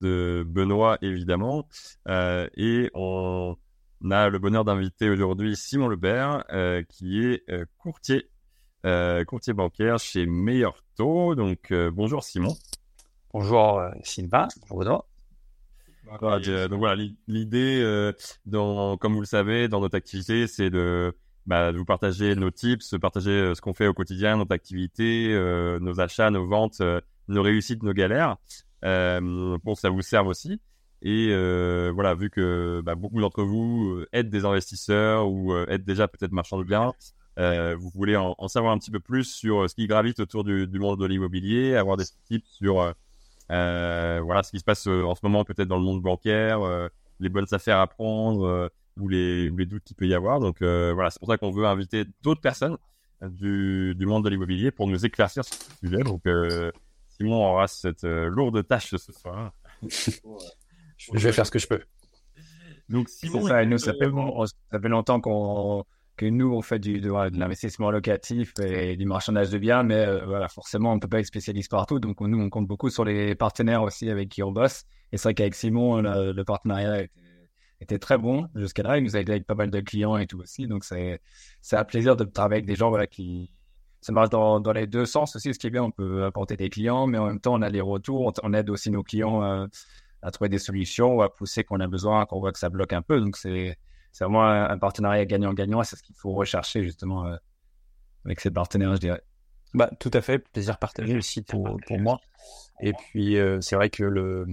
de Benoît, évidemment. Et on a le bonheur d'inviter aujourd'hui Simon Lebert, qui est courtier bancaire chez Meilleur Taux. Donc, bonjour Simon. Bonjour Sylvain, bonjour Benoît. Donc voilà, l'idée, comme vous le savez, dans notre activité, c'est de vous partager nos tips, partager ce qu'on fait au quotidien, notre activité, nos achats, nos ventes, nos réussites, nos galères, pour que ça vous serve aussi. Et voilà, vu que beaucoup d'entre vous êtes des investisseurs ou êtes déjà peut-être marchands de biens, vous voulez en savoir un petit peu plus sur ce qui gravite autour du monde de l'immobilier, avoir des tips sur ce qui se passe en ce moment peut-être dans le monde bancaire, les bonnes affaires à prendre ou les doutes qu'il peut y avoir. Donc voilà, c'est pour ça qu'on veut inviter d'autres personnes du monde de l'immobilier pour nous éclaircir sur ce sujet. Donc Simon aura cette lourde tâche ce soir. Je vais faire ce que je peux. Donc Simon, c'est ça, et nous, ça fait longtemps que nous, on fait de l'investissement locatif et du marchandage de biens, mais voilà, forcément, on ne peut pas être spécialiste partout. Donc, nous, on compte beaucoup sur les partenaires aussi avec qui on bosse. Et c'est vrai qu'avec Simon, le partenariat était très bon jusqu'à là. Il nous a aidé avec pas mal de clients et tout aussi. Donc, c'est un plaisir de travailler avec des gens qui... Ça marche dans les deux sens aussi. Ce qui est bien, on peut apporter des clients, mais en même temps, on a les retours. On aide aussi nos clients à trouver des solutions ou à pousser quand on a besoin, quand on voit que ça bloque un peu. Donc, c'est vraiment un partenariat gagnant-gagnant et c'est ce qu'il faut rechercher justement avec ces partenaires, je dirais. Tout à fait, plaisir partagé aussi pour moi. Et puis, c'est vrai que le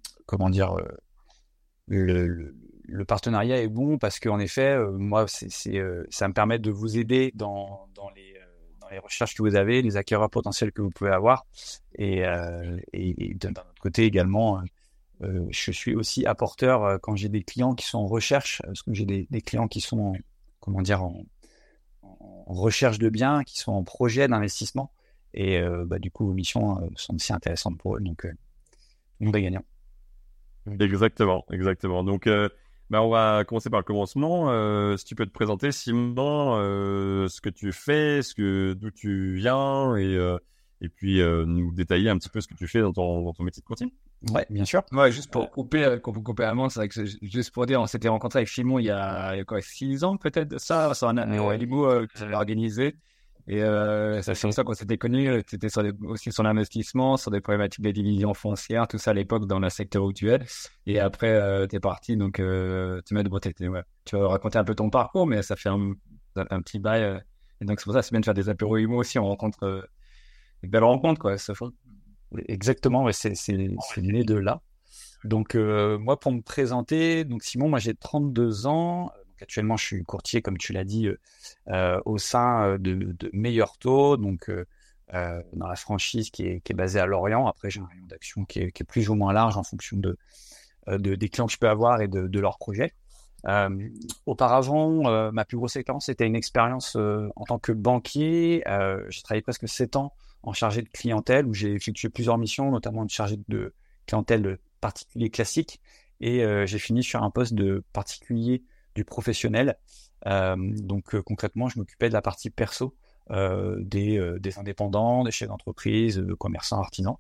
partenariat est bon parce qu'en effet, moi, ça me permet de vous aider dans les recherches que vous avez, les acquéreurs potentiels que vous pouvez avoir. Et d'un autre côté également... je suis aussi apporteur quand j'ai des clients qui sont en recherche, parce que j'ai des clients qui sont en recherche de biens, qui sont en projet d'investissement. Et du coup, vos missions sont aussi intéressantes pour eux. Donc, tout le monde est gagnant. Exactement. Donc, on va commencer par le commencement. Si tu peux te présenter, Simon, ce que tu fais, d'où tu viens, et puis nous détailler un petit peu ce que tu fais dans ton métier de courtier. Ouais, bien sûr. Ouais, juste pour couper un moment, c'est vrai que juste pour dire, on s'était rencontré avec Simon il y a 6 ans peut-être de ça, sur un Limo que j'avais organisé. Et c'est comme ça qu'on s'était connus. C'était aussi sur l'investissement, sur des problématiques des divisions foncières, tout ça à l'époque dans le secteur où tu es. Et après, t'es parti, donc tu m'as demandé, tu vas raconter un peu ton parcours, mais ça fait un petit bail. Et donc c'est pour ça, c'est bien de faire des apéros IMO aussi, on rencontre une belle rencontre, quoi, ce fond. Exactement, ouais, c'est né de là. Donc, moi, pour me présenter, donc Simon, moi j'ai 32 ans. Donc, actuellement, je suis courtier, comme tu l'as dit, au sein de Meilleur Taux, donc dans la franchise qui est basée à Lorient. Après, j'ai un rayon d'action qui est plus ou moins large en fonction des clients que je peux avoir et de leurs projets. Auparavant, ma plus grosse expérience, c'était une expérience en tant que banquier. J'ai travaillé presque 7 ans en chargé de clientèle, où j'ai effectué plusieurs missions, notamment de chargé de clientèle particulier classique, et j'ai fini sur un poste de particulier du professionnel. Donc concrètement, je m'occupais de la partie perso des indépendants, des chefs d'entreprise, de commerçants, artisans.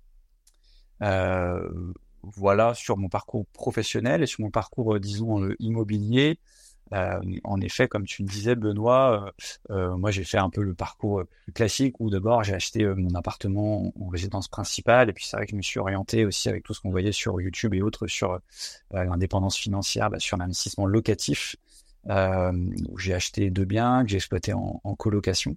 Voilà sur mon parcours professionnel et sur mon parcours, disons, immobilier. En effet, comme tu le disais, Benoît, moi j'ai fait un peu le parcours classique où d'abord j'ai acheté mon appartement en résidence principale, et puis c'est vrai que je me suis orienté aussi avec tout ce qu'on voyait sur YouTube et autres sur l'indépendance financière, sur l'investissement locatif, où j'ai acheté 2 biens que j'ai exploités en colocation.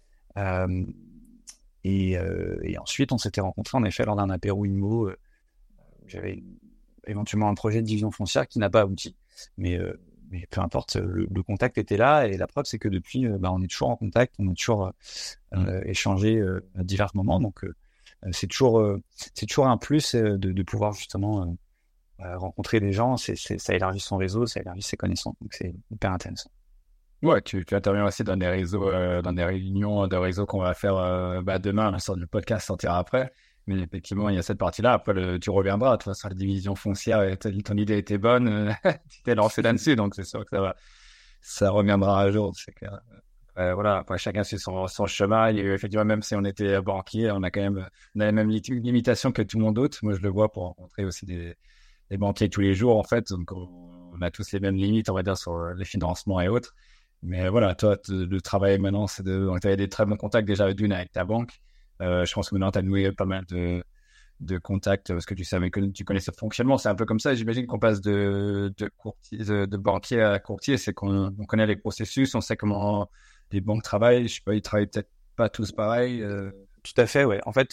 Et ensuite on s'était rencontrés en effet lors d'un apéro IMO. J'avais éventuellement un projet de division foncière qui n'a pas abouti, mais peu importe, le contact était là, et la preuve c'est que depuis, on est toujours en contact, on a toujours échangé à divers moments, donc c'est toujours un plus de pouvoir justement rencontrer des gens. Ça élargit son réseau, ça élargit ses connaissances, donc c'est hyper intéressant. Ouais, tu interviens aussi dans des réseaux, dans des réunions de réseaux qu'on va faire demain. Le podcast sortira après. Mais effectivement, il y a cette partie-là. Après, tu reviendras, toi, sur la division foncière. Et ton idée était bonne. Tu t'es lancé là-dessus. Donc, c'est sûr que ça reviendra un jour. C'est clair. voilà, après, chacun suit son chemin. Et effectivement, même si on était banquier, on avait les mêmes limitations que tout le monde d'autre. Moi, je le vois pour rencontrer aussi des banquiers tous les jours, en fait. Donc, on a tous les mêmes limites, on va dire, sur les financements et autres. Mais voilà, toi, le travail maintenant, donc, tu avais des très bons contacts déjà avec ta banque. Je pense que maintenant, tu as noué pas mal de contacts parce que tu savais que tu connaissais le fonctionnement. C'est un peu comme ça. J'imagine qu'on passe de banquier à courtier. C'est qu'on connaît les processus, on sait comment les banques travaillent. Je sais pas, ils travaillent peut-être pas tous pareil. Tout à fait, ouais. En fait,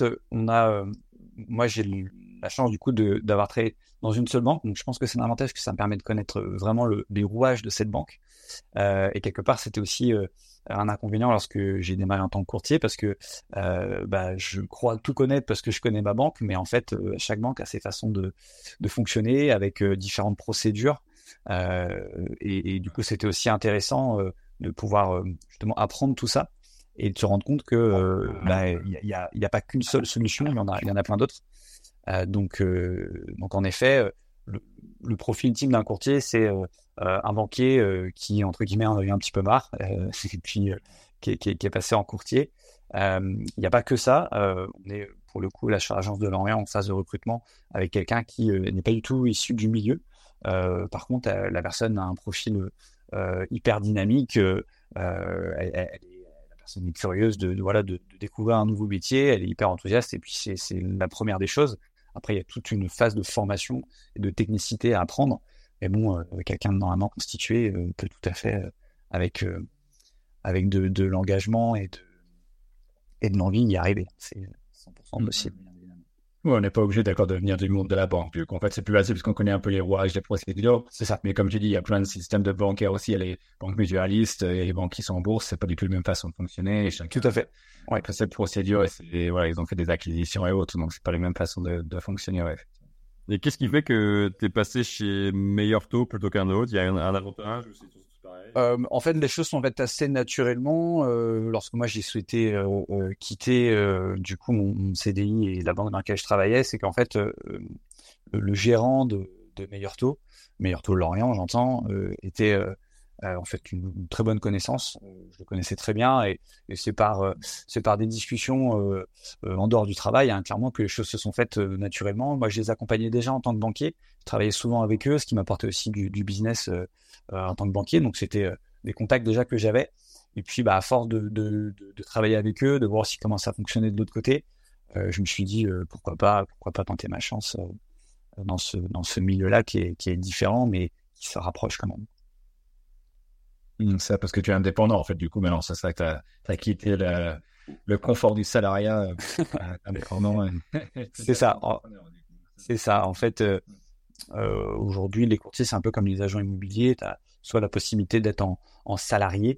moi, j'ai la chance du coup d'avoir travaillé dans une seule banque. Donc, je pense que c'est un avantage que ça me permet de connaître vraiment les rouages de cette banque. Et quelque part, c'était aussi un inconvénient lorsque j'ai démarré en tant que courtier parce que je crois tout connaître parce que je connais ma banque, mais en fait, chaque banque a ses façons de fonctionner avec différentes procédures. Et du coup, c'était aussi intéressant de pouvoir justement apprendre tout ça et de se rendre compte que il y a pas qu'une seule solution, il y en a plein d'autres. Donc en effet, le profil type d'un courtier, c'est un banquier qui, entre guillemets, en a eu un petit peu marre, et puis qui est passé en courtier. Il n'y a pas que ça. On est, pour le coup, là, sur l'agence de Lorient, en phase de recrutement avec quelqu'un qui n'est pas du tout issu du milieu. Par contre, la personne a un profil hyper dynamique. La personne est curieuse de découvrir un nouveau métier. Elle est hyper enthousiaste. Et puis, c'est la première des choses. Après, il y a toute une phase de formation et de technicité à apprendre. Mais bon, quelqu'un de normalement constitué peut tout à fait, avec de l'engagement et de l'envie, y arriver. C'est 100% possible. Oui, on n'est pas obligé d'accord de venir du monde de la banque, vu qu'en fait c'est plus facile parce qu'on connaît un peu les rouages, les procédures. C'est ça. Mais comme tu dis, il y a plein de systèmes de bancaires aussi. Il y a les banques mutualistes et les banques qui sont en bourse, c'est pas du tout la même façon de fonctionner. Tout à fait. Ouais. Après cette procédure, voilà, ils ont fait des acquisitions et autres, donc c'est pas les mêmes façons de fonctionner. Ouais. Et qu'est-ce qui fait que tu es passé chez Meilleur Taux plutôt qu'un autre? Il y a un avantage ou c'est tous pareil? En fait, les choses sont faites assez naturellement. Lorsque moi j'ai souhaité quitter du coup mon CDI et la banque dans laquelle je travaillais, c'est qu'en fait le gérant de Meilleur Taux Lorient, j'entends, était en fait une très bonne connaissance. Je le connaissais très bien et c'est par des discussions en dehors du travail, hein, clairement, que les choses se sont faites naturellement. Moi, je les accompagnais déjà en tant que banquier. Je travaillais souvent avec eux, ce qui m'apportait aussi du business en tant que banquier. Donc, c'était des contacts déjà que j'avais. Et puis, à force de travailler avec eux, de voir aussi comment ça fonctionnait de l'autre côté, je me suis dit pourquoi pas tenter ma chance dans ce milieu-là qui est différent, mais qui se rapproche quand même. C'est parce que tu es indépendant, en fait, du coup, maintenant, c'est ça que tu as quitté le confort du salariat indépendant. C'est ça. C'est ça. En fait, aujourd'hui, les courtiers, c'est un peu comme les agents immobiliers. Tu as soit la possibilité d'être en salarié,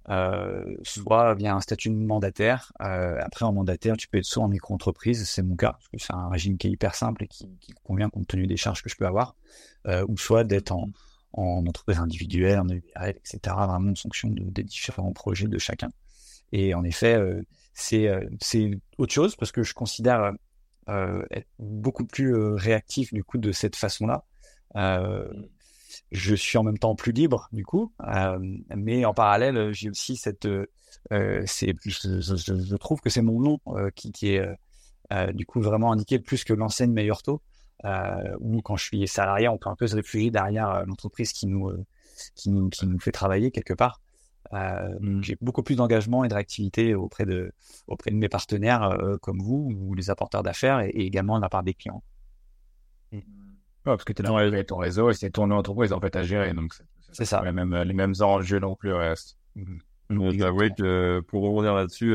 soit via un statut de mandataire. Après, en mandataire, tu peux être soit en micro-entreprise, c'est mon cas, parce que c'est un régime qui est hyper simple et qui convient compte tenu des charges que je peux avoir, ou soit d'être en entreprise individuelle, en EURL, etc., vraiment en fonction des différents projets de chacun. Et en effet, c'est autre chose parce que je considère être beaucoup plus réactif du coup de cette façon-là. Je suis en même temps plus libre du coup, mais en parallèle, j'ai aussi je trouve que c'est mon nom qui est du coup vraiment indiqué plus que l'enseigne Meilleur Taux. Où quand je suis salarié, on peut un peu se réfugier derrière l'entreprise qui nous fait travailler quelque part. J'ai beaucoup plus d'engagement et de réactivité auprès de mes partenaires comme vous ou les apporteurs d'affaires et également de la part des clients. Ouais, parce que tu es là avec ton réseau et c'est ton entreprise en fait à gérer, donc c'est ça. Les mêmes enjeux non plus reste. J'avoue que pour rebondir là-dessus,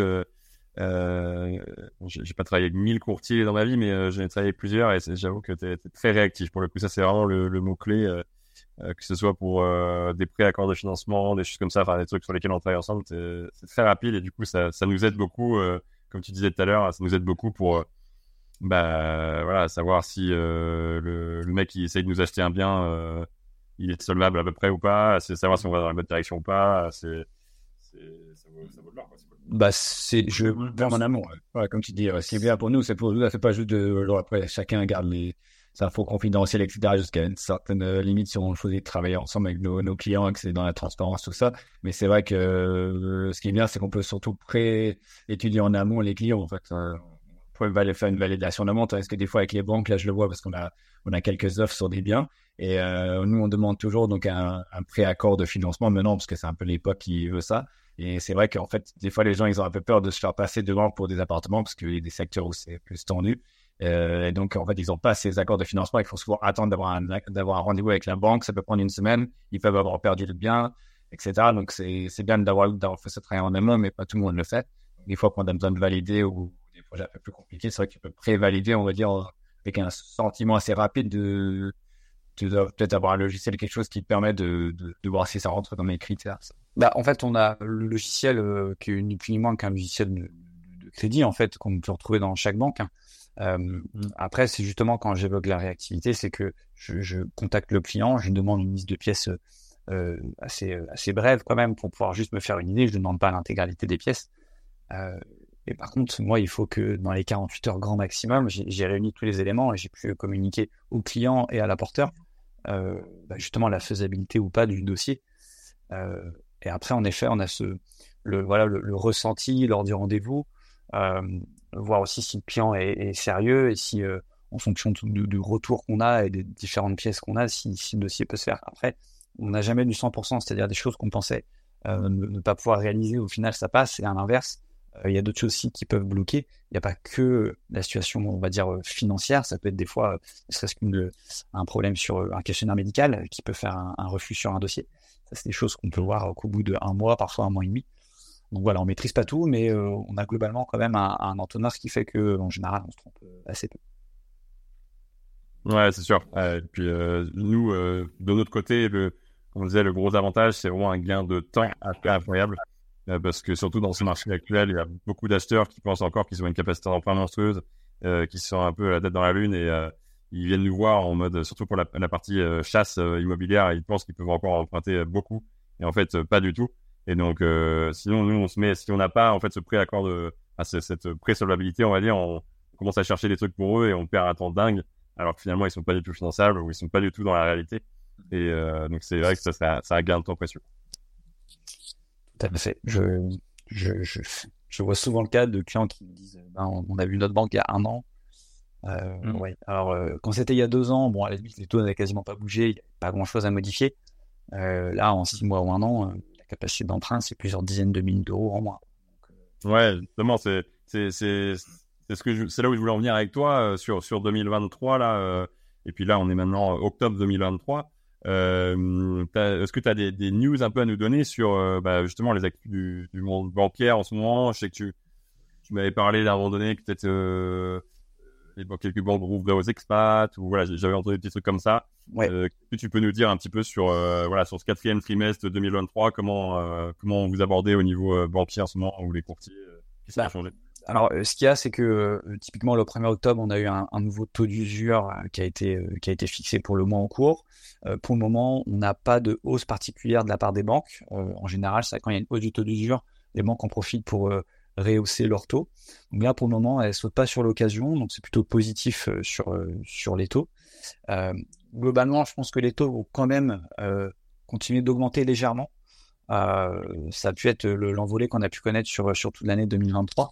j'ai pas travaillé avec 1000 courtiers dans ma vie, mais j'en ai travaillé avec plusieurs et j'avoue que t'es très réactif. Pour le coup, ça c'est vraiment le mot-clé, que ce soit pour des prêts, accords de financement, des choses comme ça, enfin des trucs sur lesquels on travaille ensemble, c'est très rapide et du coup ça nous aide beaucoup, comme tu disais tout à l'heure, ça nous aide beaucoup pour voilà, savoir si le mec qui essaye de nous acheter un bien, il est solvable à peu près ou pas, c'est savoir si on va dans la bonne direction ou pas, ça vaut de l'or, quoi. Je vais en amont. Ouais, comme tu dis, ce qui est bien pour nous, c'est pas juste après chacun garde infos confidentielles, etc., jusqu'à une certaine limite si on choisit de travailler ensemble avec nos clients et que c'est dans la transparence, tout ça. Mais c'est vrai que ce qui est bien, c'est qu'on peut surtout pré-étudier en amont les clients. En fait, on peut faire une validation en amont. Parce que des fois, avec les banques, là, je le vois parce qu'on a quelques offres sur des biens. Et nous, on demande toujours donc un pré-accord de financement maintenant parce que c'est un peu l'époque qui veut ça. Et c'est vrai qu'en fait, des fois, les gens, ils ont un peu peur de se faire passer devant pour des appartements parce qu'il y a des secteurs où c'est plus tendu. Et donc, en fait, ils n'ont pas ces accords de financement. Il faut souvent attendre d'avoir un rendez-vous avec la banque. Ça peut prendre une semaine. Ils peuvent avoir perdu le bien, etc. Donc, c'est bien d'avoir fait ce travail en amont, mais pas tout le monde le fait. Des fois, quand on a besoin de valider ou des projets un peu plus compliqués, c'est vrai que tu peux pré-valider, on va dire, avec un sentiment assez rapide tu dois peut-être avoir un logiciel, quelque chose qui te permet de voir si ça rentre dans mes critères. En fait, on a le logiciel qui est ni plus ni moins qu'un logiciel de crédit, en fait, qu'on peut retrouver dans chaque banque. Après, c'est justement quand j'évoque la réactivité, c'est que je contacte le client, je lui demande une liste de pièces assez brève quand même pour pouvoir juste me faire une idée. Je ne demande pas l'intégralité des pièces. Et par contre, moi, il faut que dans les 48 heures grand maximum, j'ai réuni tous les éléments et j'ai pu communiquer au client et à l'apporteur justement la faisabilité ou pas du dossier. Et après, en effet, on a le ressenti lors du rendez-vous, voir aussi si le client est sérieux et si, en fonction du retour qu'on a et des différentes pièces qu'on a, si le dossier peut se faire. Après, on n'a jamais du 100%, c'est-à-dire des choses qu'on pensait ne pas pouvoir réaliser, au final, ça passe. Et à l'inverse, il y a d'autres choses aussi qui peuvent bloquer. Il n'y a pas que la situation, on va dire, financière. Ça peut être des fois, ne serait-ce qu'un problème sur un questionnaire médical qui peut faire un refus sur un dossier. Ça, c'est des choses qu'on peut voir qu'au bout d'un mois, parfois un mois et demi. Donc voilà, on maîtrise pas tout, mais on a globalement quand même un entonnoir, ce qui fait que en général, on se trompe assez peu. Ouais, c'est sûr. Et puis nous, de notre côté, comme on disait, le gros avantage, c'est vraiment un gain de temps incroyable. Parce que surtout dans ce marché actuel, il y a beaucoup d'acheteurs qui pensent encore qu'ils ont une capacité d'emprunt monstrueuse, qui sont un peu la tête dans la lune et ils viennent nous voir en mode, surtout pour la partie chasse immobilière, ils pensent qu'ils peuvent encore emprunter beaucoup et en fait pas du tout. Et donc sinon nous si on n'a pas en fait ce préaccord cette pré-solvabilité, on va dire, on commence à chercher des trucs pour eux et on perd un temps dingue alors que finalement ils sont pas du tout finançables ou ils sont pas du tout dans la réalité. Et donc c'est vrai que ça c'est un gain de temps précieux. Tout à fait. Je vois souvent le cas de clients qui me disent on a vu notre banque il y a 1 an. Ouais. Alors, quand c'était il y a 2 ans, bon, à la limite, les taux n'avaient quasiment pas bougé, il n'y avait pas grand-chose à modifier. Là, en 6 mois ou 1 an, la capacité d'emprunt, c'est plusieurs dizaines de milliers d'euros en moins. Donc, ouais, justement, c'est là où je voulais en venir avec toi sur 2023 là. Et puis là, on est maintenant octobre 2023. Est-ce que tu as des news un peu à nous donner sur justement les actifs du monde bancaire en ce moment? Je sais que tu m'avais parlé d'un moment donné que peut-être quelques banques rouvraient aux expats ou voilà, j'avais entendu des petits trucs comme ça. Ouais. Qu'est-ce que tu peux nous dire un petit peu sur sur ce 4e trimestre 2023, comment vous abordez au niveau banquier en ce moment ou les courtiers, qu'est-ce qui a changé? Alors, ce qu'il y a, c'est que typiquement le 1er octobre, on a eu un nouveau taux d'usure qui a été fixé pour le mois en cours. Pour le moment, on n'a pas de hausse particulière de la part des banques. En général, ça, quand il y a une hausse du taux d'usure, les banques en profitent pour rehausser leur taux. Donc là, pour le moment, elles sautent pas sur l'occasion, donc c'est plutôt positif sur les taux. Globalement, je pense que les taux vont quand même continuer d'augmenter légèrement. Ça a pu être l'envolée qu'on a pu connaître sur toute l'année 2023.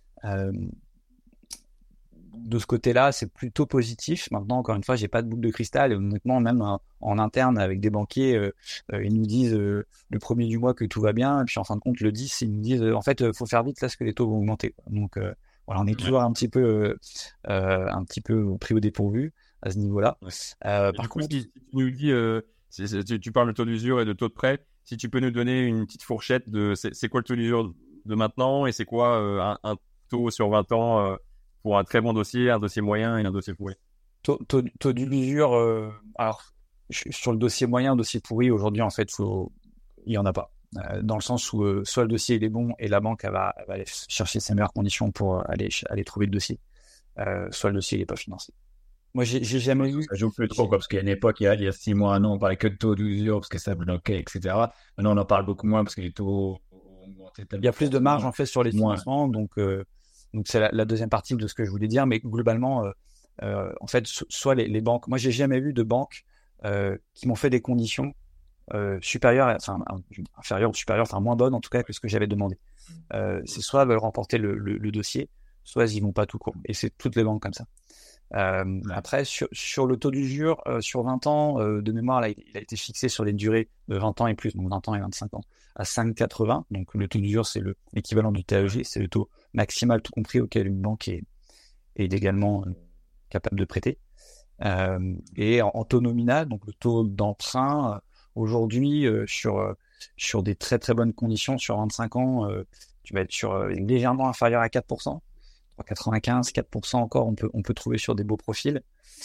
De ce côté-là, c'est plutôt positif. Maintenant, encore une fois, j'ai pas de boule de cristal et honnêtement, même en interne avec des banquiers, ils nous disent le premier du mois que tout va bien, et puis en fin de compte, le 10, ils nous disent en fait, faut faire vite là, parce que les taux vont augmenter. Donc voilà, on est toujours un petit peu pris au dépourvu à ce niveau-là. Ouais. Par contre, si tu nous dis, tu parles de taux d'usure et de taux de prêt, si tu peux nous donner une petite fourchette de c'est quoi le taux d'usure de maintenant et c'est quoi un taux sur 20 ans pour un très bon dossier, un dossier moyen et un dossier pourri? Taux d'usure, alors sur le dossier moyen, dossier pourri, aujourd'hui en fait, il y en a pas. Dans le sens où soit le dossier il est bon et la banque elle va aller chercher ses meilleures conditions pour aller trouver le dossier, soit le dossier il est pas financé. Moi j'ai jamais eu. Ça joue plus trop, parce qu'il y a une époque, il y a 6 mois, 1 an, on parlait que de taux d'usure parce que ça bloquait, etc. Maintenant on en parle beaucoup moins parce que les taux ont augmenté. Il y a plus de marge en fait sur les financements, donc c'est la deuxième partie de ce que je voulais dire, mais globalement en fait, soit les banques. Moi, j'ai jamais vu de banques qui m'ont fait des conditions inférieures ou supérieures, enfin moins bonnes en tout cas que ce que j'avais demandé. C'est soit veulent remporter le dossier, soit ils vont pas tout court. Et c'est toutes les banques comme ça. Après, sur le taux d'usure, sur 20 ans, de mémoire, là, il a été fixé sur les durées de 20 ans et plus, donc 20 ans et 25 ans, à 5,80. Donc le taux d'usure, c'est l'équivalent du TAEG, c'est le taux maximal tout compris auquel une banque est légalement capable de prêter. Et en taux nominal, donc le taux d'emprunt, aujourd'hui, sur des très très bonnes conditions, sur 25 ans, tu vas être sur légèrement inférieur à 4%. 95, 4% encore, on peut trouver sur des beaux profils.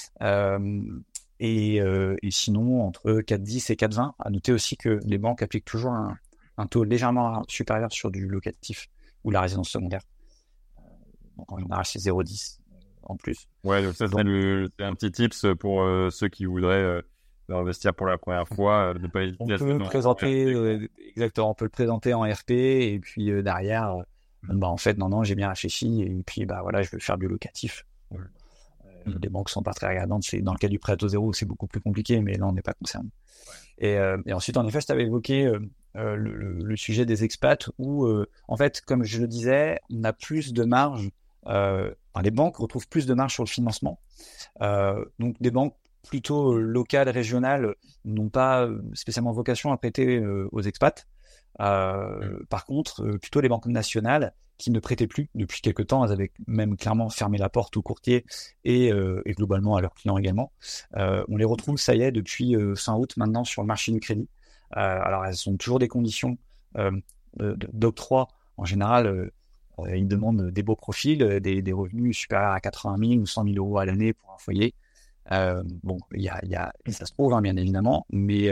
Et sinon, entre 4,10 et 4,20. À noter aussi que les banques appliquent toujours un taux légèrement supérieur sur du locatif ou la résidence secondaire. Donc en général, c'est 0,10 en plus. Ouais, donc ça, c'est un petit tips pour ceux qui voudraient investir pour la première fois. Ne pas hésiter on peut le présenter, exactement, on peut le présenter en RP et puis derrière... en fait, non, j'ai bien réfléchi et puis, voilà, je veux faire du locatif. Les banques sont pas très regardantes. C'est dans le cas du prêt à taux zéro, c'est beaucoup plus compliqué, mais là, on n'est pas concerné. Et ensuite, en effet, je t'avais évoqué le sujet des expats où, en fait, comme je le disais, on a plus de marge. Les banques retrouvent plus de marge sur le financement. Donc, des banques plutôt locales, régionales, n'ont pas spécialement vocation à prêter aux expats. Par contre, plutôt les banques nationales qui ne prêtaient plus depuis quelques temps, elles avaient même clairement fermé la porte aux courtiers et globalement à leurs clients également. On les retrouve, ça y est, depuis fin août maintenant sur le marché du crédit. Alors elles ont toujours des conditions d'octroi. En général, ils demandent des beaux profils, des revenus supérieurs à 80 000 ou 100 000 euros à l'année pour un foyer. Ça se trouve, bien évidemment, mais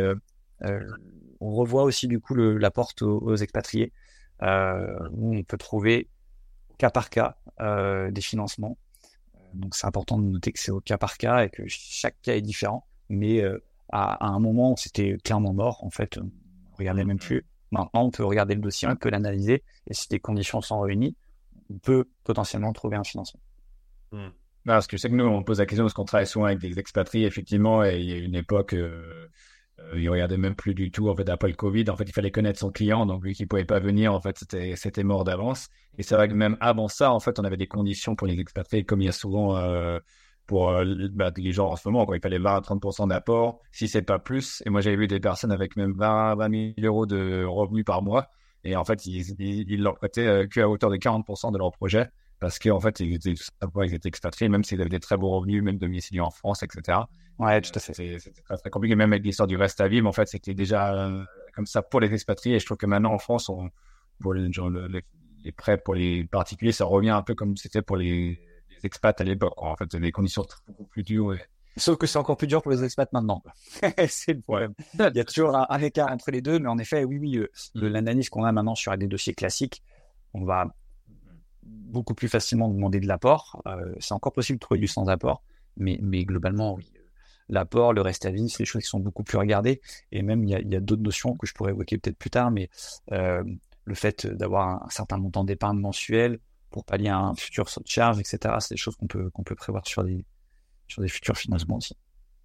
on revoit aussi du coup la porte aux expatriés, où on peut trouver au cas par cas des financements. Donc c'est important de noter que c'est au cas par cas et que chaque cas est différent. Mais à un moment, c'était clairement mort. En fait, on ne regardait même plus. Maintenant, on peut regarder le dossier, on peut l'analyser. Et si les conditions sont réunies, on peut potentiellement trouver un financement. Non, parce que je sais que nous, on pose la question parce qu'on travaille souvent avec des expatriés, effectivement, et il y a une époque... il regardait même plus du tout en fait après le Covid. En fait, il fallait connaître son client, donc lui qui pouvait pas venir, en fait, c'était mort d'avance. Et c'est vrai que même avant ça, en fait, on avait des conditions pour les expatriés, comme il y a souvent pour les gens en ce moment, quoi. Il fallait 20 à 30% d'apport, si c'est pas plus. Et moi, j'avais vu des personnes avec même 20 000 euros de revenus par mois, et en fait, ils leur prêtaient qu'à hauteur de 40% de leur projet, parce qu'en fait, ils étaient expatriés, même s'ils avaient des très beaux revenus, même domiciliés en France, etc. Ouais, tout à fait. C'était très, très compliqué, même avec l'histoire du reste à vivre. En fait, c'était déjà comme ça pour les expatriés. Et je trouve que maintenant, en France, pour les prêts pour les particuliers, ça revient un peu comme c'était pour les expats à l'époque. En fait, les conditions sont beaucoup plus dures. Sauf que c'est encore plus dur pour les expats maintenant. C'est le problème. Il y a toujours un écart entre les deux, mais en effet, oui, l'analyse qu'on a maintenant sur des dossiers classiques, on va beaucoup plus facilement demander de l'apport. C'est encore possible de trouver du sans apport, mais globalement, oui. L'apport, le reste à vivre, c'est des choses qui sont beaucoup plus regardées. Et même, il y a d'autres notions que je pourrais évoquer peut-être plus tard, mais le fait d'avoir un certain montant d'épargne mensuel pour pallier à un futur saut de charge, etc., c'est des choses qu'on peut prévoir sur des futurs financements aussi.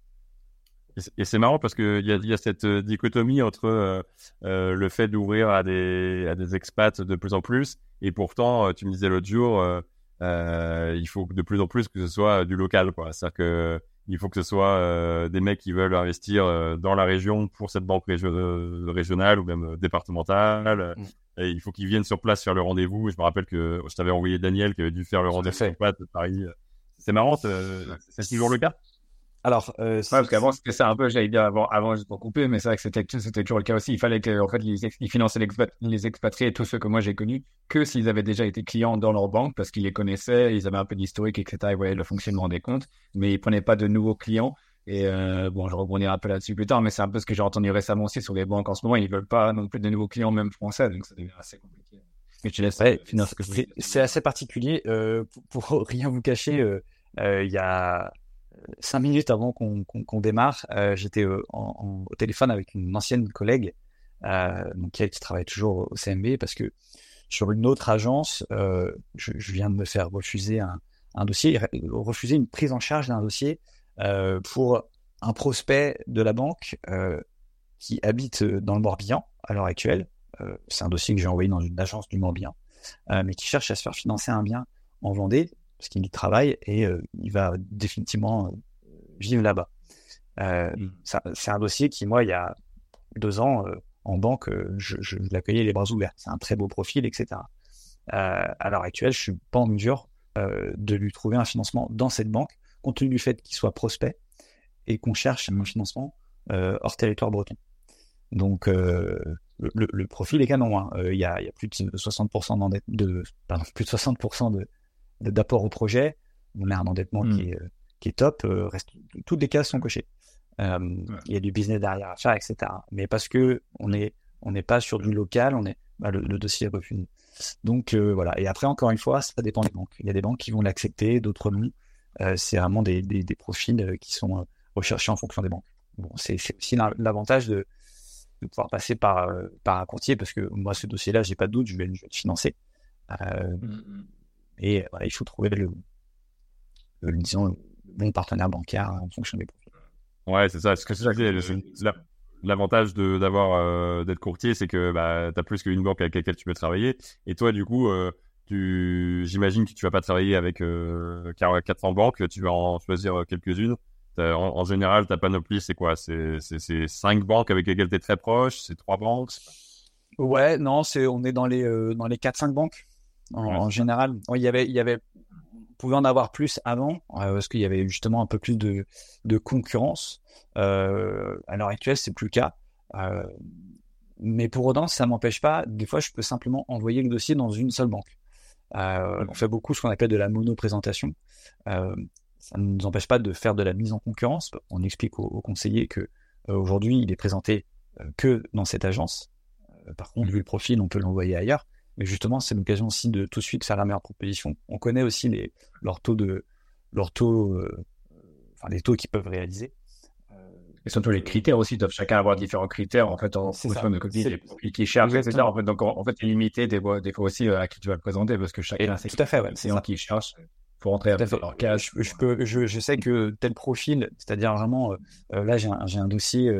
Et c'est marrant parce qu'il y a cette dichotomie entre le fait d'ouvrir à des expats de plus en plus, et pourtant, tu me disais l'autre jour, il faut de plus en plus que ce soit du local, quoi. C'est-à-dire que il faut que ce soit des mecs qui veulent investir dans la région pour cette banque régionale ou même départementale. Et il faut qu'ils viennent sur place faire le rendez-vous. Et je me rappelle que je t'avais envoyé Daniel qui avait dû faire le rendez-vous sur place de Paris. C'est marrant, c'est toujours le cas. Alors, parce qu'avant c'était ça un peu, j'allais dire avant juste pour couper, mais c'est vrai que c'était toujours le cas aussi. Il fallait que en fait ils finançaient les expatriés, tous ceux que moi j'ai connus, que s'ils avaient déjà été clients dans leur banque parce qu'ils les connaissaient, ils avaient un peu d'historique, etc. Ils voyaient le fonctionnement des comptes, mais ils prenaient pas de nouveaux clients. Et je rebondirai un peu là-dessus plus tard, mais c'est un peu ce que j'ai entendu récemment aussi sur les banques en ce moment. Ils veulent pas non plus de nouveaux clients, même français, donc ça devient assez compliqué. Mais tu laisses finir ce que je dis. C'est assez particulier. Pour rien vous cacher, il y a 5 minutes avant qu'on démarre, j'étais au téléphone avec une ancienne collègue qui travaille toujours au CMB, parce que sur une autre agence, je viens de me faire refuser refuser une prise en charge d'un dossier pour un prospect de la banque qui habite dans le Morbihan à l'heure actuelle. C'est un dossier que j'ai envoyé dans une agence du Morbihan, mais qui cherche à se faire financer un bien en Vendée, parce qu'il y travaille et il va définitivement vivre là-bas. C'est un dossier qui, moi, il y a 2 ans, en banque, je l'accueillais les bras ouverts. C'est un très beau profil, etc. À l'heure actuelle, je suis pas en mesure de lui trouver un financement dans cette banque, compte tenu du fait qu'il soit prospect et qu'on cherche un financement hors territoire breton. Donc, le profil est canon. Hein. Il y a plus de 60% plus de 60% d'apport au projet. On a un endettement qui est top. Toutes les cases sont cochées. Il y a du business derrière à faire, etc. Mais parce que on n'est pas sur du local, le dossier est refusé. Donc voilà. Et après, encore une fois, ça dépend des banques. Il y a des banques qui vont l'accepter, d'autres non. C'est vraiment des profils qui sont recherchés en fonction des banques. Bon, c'est aussi l'avantage de pouvoir passer par un courtier, parce que moi, ce dossier-là, j'ai pas de doute, je vais le financer. Et voilà, il faut trouver le bon partenaire bancaire en fonction des profils. Ouais, c'est ça. Ce que je disais, l'avantage d'être courtier, c'est que tu as plus qu'une banque avec laquelle tu peux travailler. Et toi, du coup, j'imagine que tu vas pas travailler avec 400 banques, tu vas en choisir quelques-unes. En général, ta panoplie, c'est quoi? C'est 5 banques avec lesquelles tu es très proche? C'est 3 banques? Ouais, non, on est dans les 4-5 banques en général. Il y avait on pouvait en avoir plus avant, parce qu'il y avait justement un peu plus de concurrence. À l'heure actuelle, c'est plus le cas. Mais pour autant, ça m'empêche pas. Des fois, je peux simplement envoyer le dossier dans une seule banque. On fait beaucoup ce qu'on appelle de la mono-présentation. Ça ne nous empêche pas de faire de la mise en concurrence. On explique aux conseillers que aujourd'hui, il est présenté que dans cette agence. Par contre, vu le profil, on peut l'envoyer ailleurs. Mais justement, c'est l'occasion aussi de tout de suite faire la meilleure proposition. On connaît aussi les taux qu'ils peuvent réaliser. Et surtout les critères aussi, doivent chacun avoir différents critères en fait en fonction de qui cherche, etc. En fait, donc en fait, c'est limité des fois aussi à qui tu vas le présenter, parce que chacun a ses clients qui cherchent pour rentrer dans leur case. Je sais que tel profil, c'est-à-dire vraiment, là j'ai un dossier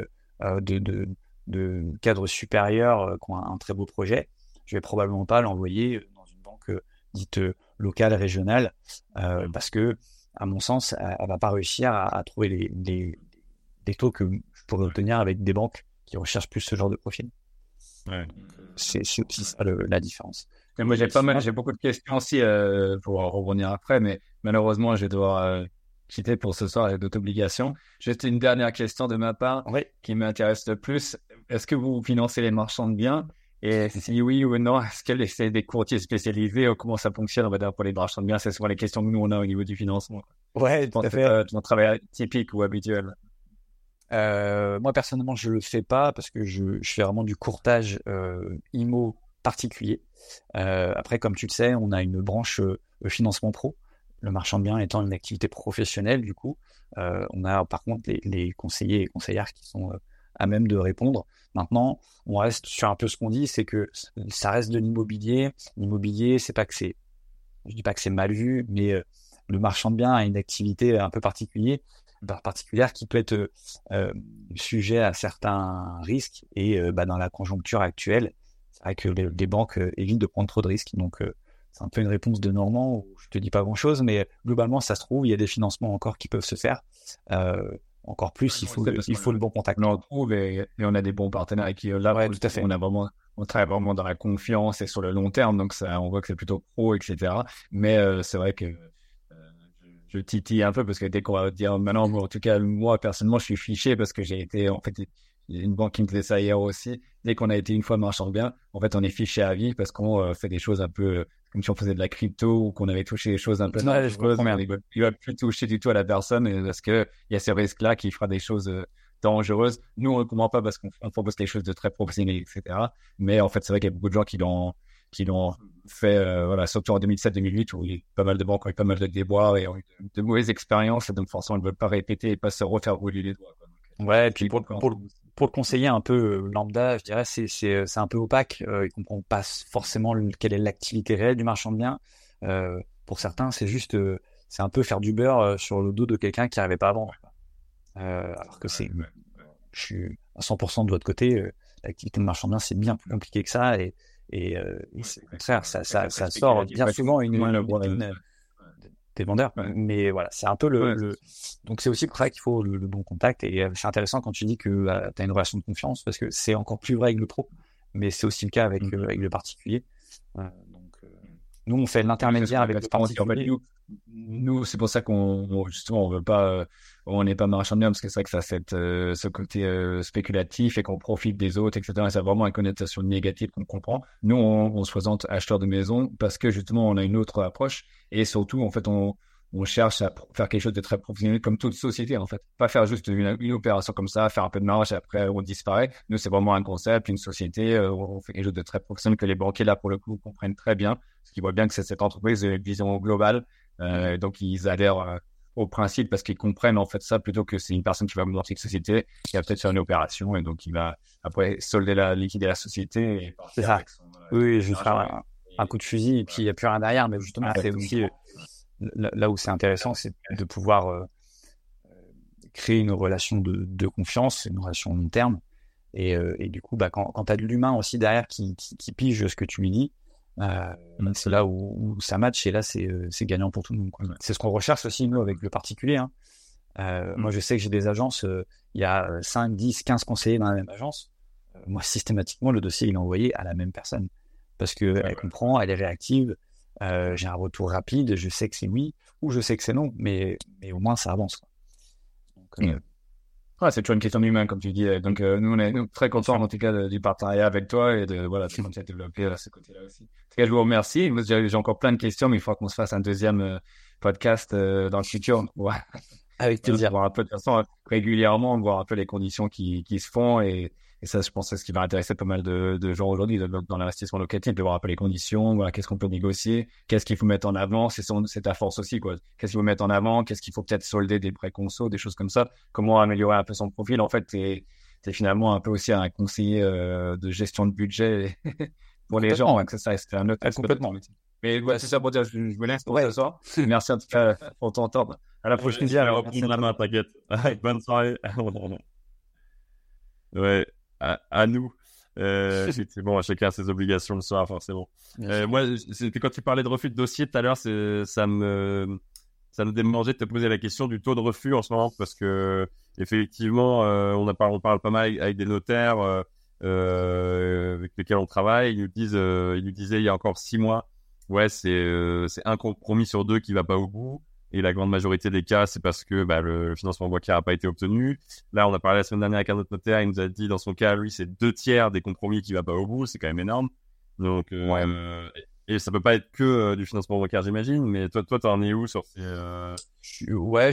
de cadre supérieur qui ont un très beau projet. Je vais probablement pas l'envoyer dans une banque dite locale, régionale, parce que, à mon sens, elle va pas réussir à trouver les taux que je pourrais obtenir avec des banques qui recherchent plus ce genre de profil. Ouais. C'est aussi ça la différence. Et moi, j'ai beaucoup de questions aussi pour rebondir après, mais malheureusement, je vais devoir quitter pour ce soir avec d'autres obligations. Juste une dernière question de ma part qui m'intéresse le plus. Est-ce que vous financez les marchands de biens? Et si oui ou non, est-ce que c'est des courtiers spécialisés ou comment ça fonctionne, on va dire, pour les marchands de biens? C'est souvent les questions que nous, on a au niveau du financement. Ouais, tout à fait. Ton travail typique ou habituel? Moi, personnellement, je le fais pas parce que je fais vraiment du courtage IMO particulier. Après, comme tu le sais, on a une branche financement pro. Le marchand de biens étant une activité professionnelle, du coup. On a par contre les conseillers et conseillères qui sont à même de répondre. Maintenant, on reste sur un peu ce qu'on dit, c'est que ça reste de l'immobilier. L'immobilier, je dis pas que c'est mal vu, mais le marchand de biens a une activité un peu particulière qui peut être sujet à certains risques. Et dans la conjoncture actuelle, c'est vrai que les banques évitent de prendre trop de risques. Donc, c'est un peu une réponse de Normand où je te dis pas grand-chose, mais globalement, ça se trouve, il y a des financements encore qui peuvent se faire. Encore plus, il faut le bon contact. On en trouve et on a des bons partenaires avec qui tout à fait. On travaille vraiment dans la confiance et sur le long terme, donc ça, on voit que c'est plutôt pro, etc. Mais c'est vrai que je titille un peu parce que dès qu'on va dire maintenant, en tout cas moi personnellement, je suis fiché parce que j'ai été en fait une banque qui me faisait ça hier aussi. Dès qu'on a été une fois marchand de biens, en fait, on est fiché à vie parce qu'on fait des choses un peu comme si on faisait de la crypto ou qu'on avait touché des choses un peu. Ouais, je comprends bien. Il va plus toucher du tout à la personne parce que il y a ce risque-là qui fera des choses dangereuses. Nous, on ne comprend pas parce qu'on propose quelque chose de très professionnel, etc. Mais en fait, c'est vrai qu'il y a beaucoup de gens qui l'ont fait, surtout en 2007-2008 où il y a eu pas mal de banques ont eu pas mal de déboires et ont eu de mauvaises expériences et donc forcément, ils ne veulent pas répéter et pas se refaire brûler les doigts. Ouais, et puis pour le conseiller un peu lambda, je dirais, c'est un peu opaque. Il comprend pas forcément quelle est l'activité réelle du marchand de biens. Pour certains, c'est juste c'est un peu faire du beurre sur le dos de quelqu'un qui n'arrivait pas à vendre. Alors que je suis à 100% de votre côté. L'activité de marchand de biens, c'est bien plus compliqué que ça, et c'est au contraire, ça sort bien souvent une des vendeurs. Mais voilà, c'est un peu donc c'est aussi pour ça qu'il faut le bon contact. Et c'est intéressant quand tu dis que tu as une relation de confiance, parce que c'est encore plus vrai avec le pro, mais c'est aussi le cas avec le particulier. Donc nous, on fait l'intermédiaire avec le particulier. Nous, c'est pour ça qu'on justement, on veut pas, on n'est pas marchand de biens, parce que c'est vrai que ça a ce côté spéculatif et qu'on profite des autres, etc. Et ça a vraiment une connotation négative qu'on comprend. Nous, on se présente acheteur de maison parce que justement, on a une autre approche, et surtout, en fait, on cherche à faire quelque chose de très professionnel, comme toute société, en fait. Pas faire juste une opération comme ça, faire un peu de marge et après on disparaît. Nous, c'est vraiment un concept, une société. On fait quelque chose de très professionnel que les banquiers, là, pour le coup, comprennent très bien, parce qu'ils voient bien que c'est cette entreprise de vision globale. Donc, ils adhèrent au principe parce qu'ils comprennent, en fait, ça, plutôt que c'est une personne qui va monter une société, qui va peut-être faire une opération, et donc il va après liquider la société. Et c'est ça. Oui, je vais faire un coup de fusil et puis il n'y a plus rien derrière. Mais justement, c'est aussi là où c'est intéressant, c'est de pouvoir créer une relation de confiance, une relation long terme. Et du coup, quand tu as de l'humain aussi derrière qui pige ce que tu lui dis, c'est là où ça match, et là c'est gagnant pour tout le monde, quoi. C'est ce qu'on recherche aussi, nous, avec le particulier, hein. Moi, je sais que j'ai des agences, il y a 5, 10, 15 conseillers dans la même agence. Moi, systématiquement, le dossier il est envoyé à la même personne, parce que elle comprend, elle est réactive, j'ai un retour rapide, je sais que c'est oui ou je sais que c'est non, mais au moins ça avance, quoi. Donc, c'est toujours une question d'humain, comme tu dis. Donc, nous, on est très contents, en tout cas, du partenariat avec toi, et de comment tu as développé ce côté-là aussi. En tout cas, je vous remercie. Moi, j'ai encore plein de questions, mais il faudra qu'on se fasse un deuxième podcast dans le futur. Ouais. Avec plaisir. Voir un peu, de toute façon, régulièrement, voir un peu les conditions qui se font, et ça, je pense, c'est ce qui va intéresser pas mal de gens aujourd'hui dans l'investissement locatif, de voir un peu les conditions, voilà, qu'est-ce qu'on peut négocier, qu'est-ce qu'il faut mettre en avant, c'est ta force aussi, quoi. Qu'est-ce qu'il faut mettre en avant, qu'est-ce qu'il faut peut-être solder des prêts conso, des choses comme ça, comment améliorer un peu son profil. En fait, t'es finalement un peu aussi un conseiller de gestion de budget pour les gens. Donc ça, c'est un autre aspect. Complètement. Mais ouais, c'est ça pour dire, je vous laisse pour ce soir. Merci en tout cas pour ton temps. À la prochaine. Je vais reprendre la main, t'inquiète. Bonne soirée. Ouais, à nous. C'est bon, chacun ses obligations le soir, forcément. Moi, c'était quand tu parlais de refus de dossier tout à l'heure, ça nous démangeait de te poser la question du taux de refus en ce moment, parce que effectivement, on parle pas mal avec des notaires avec lesquels on travaille. Ils nous disaient il y a encore 6 mois, ouais, c'est un compromis sur 2 qui va pas au bout. Et la grande majorité des cas, c'est parce que le financement bancaire n'a pas été obtenu. Là, on a parlé la semaine dernière avec un autre notaire, il nous a dit, dans son cas, lui, c'est 2/3 des compromis qui ne va pas au bout. C'est quand même énorme. Donc, et ça peut pas être que du financement bancaire, j'imagine. Mais toi, t'en es où sur ces... Ouais,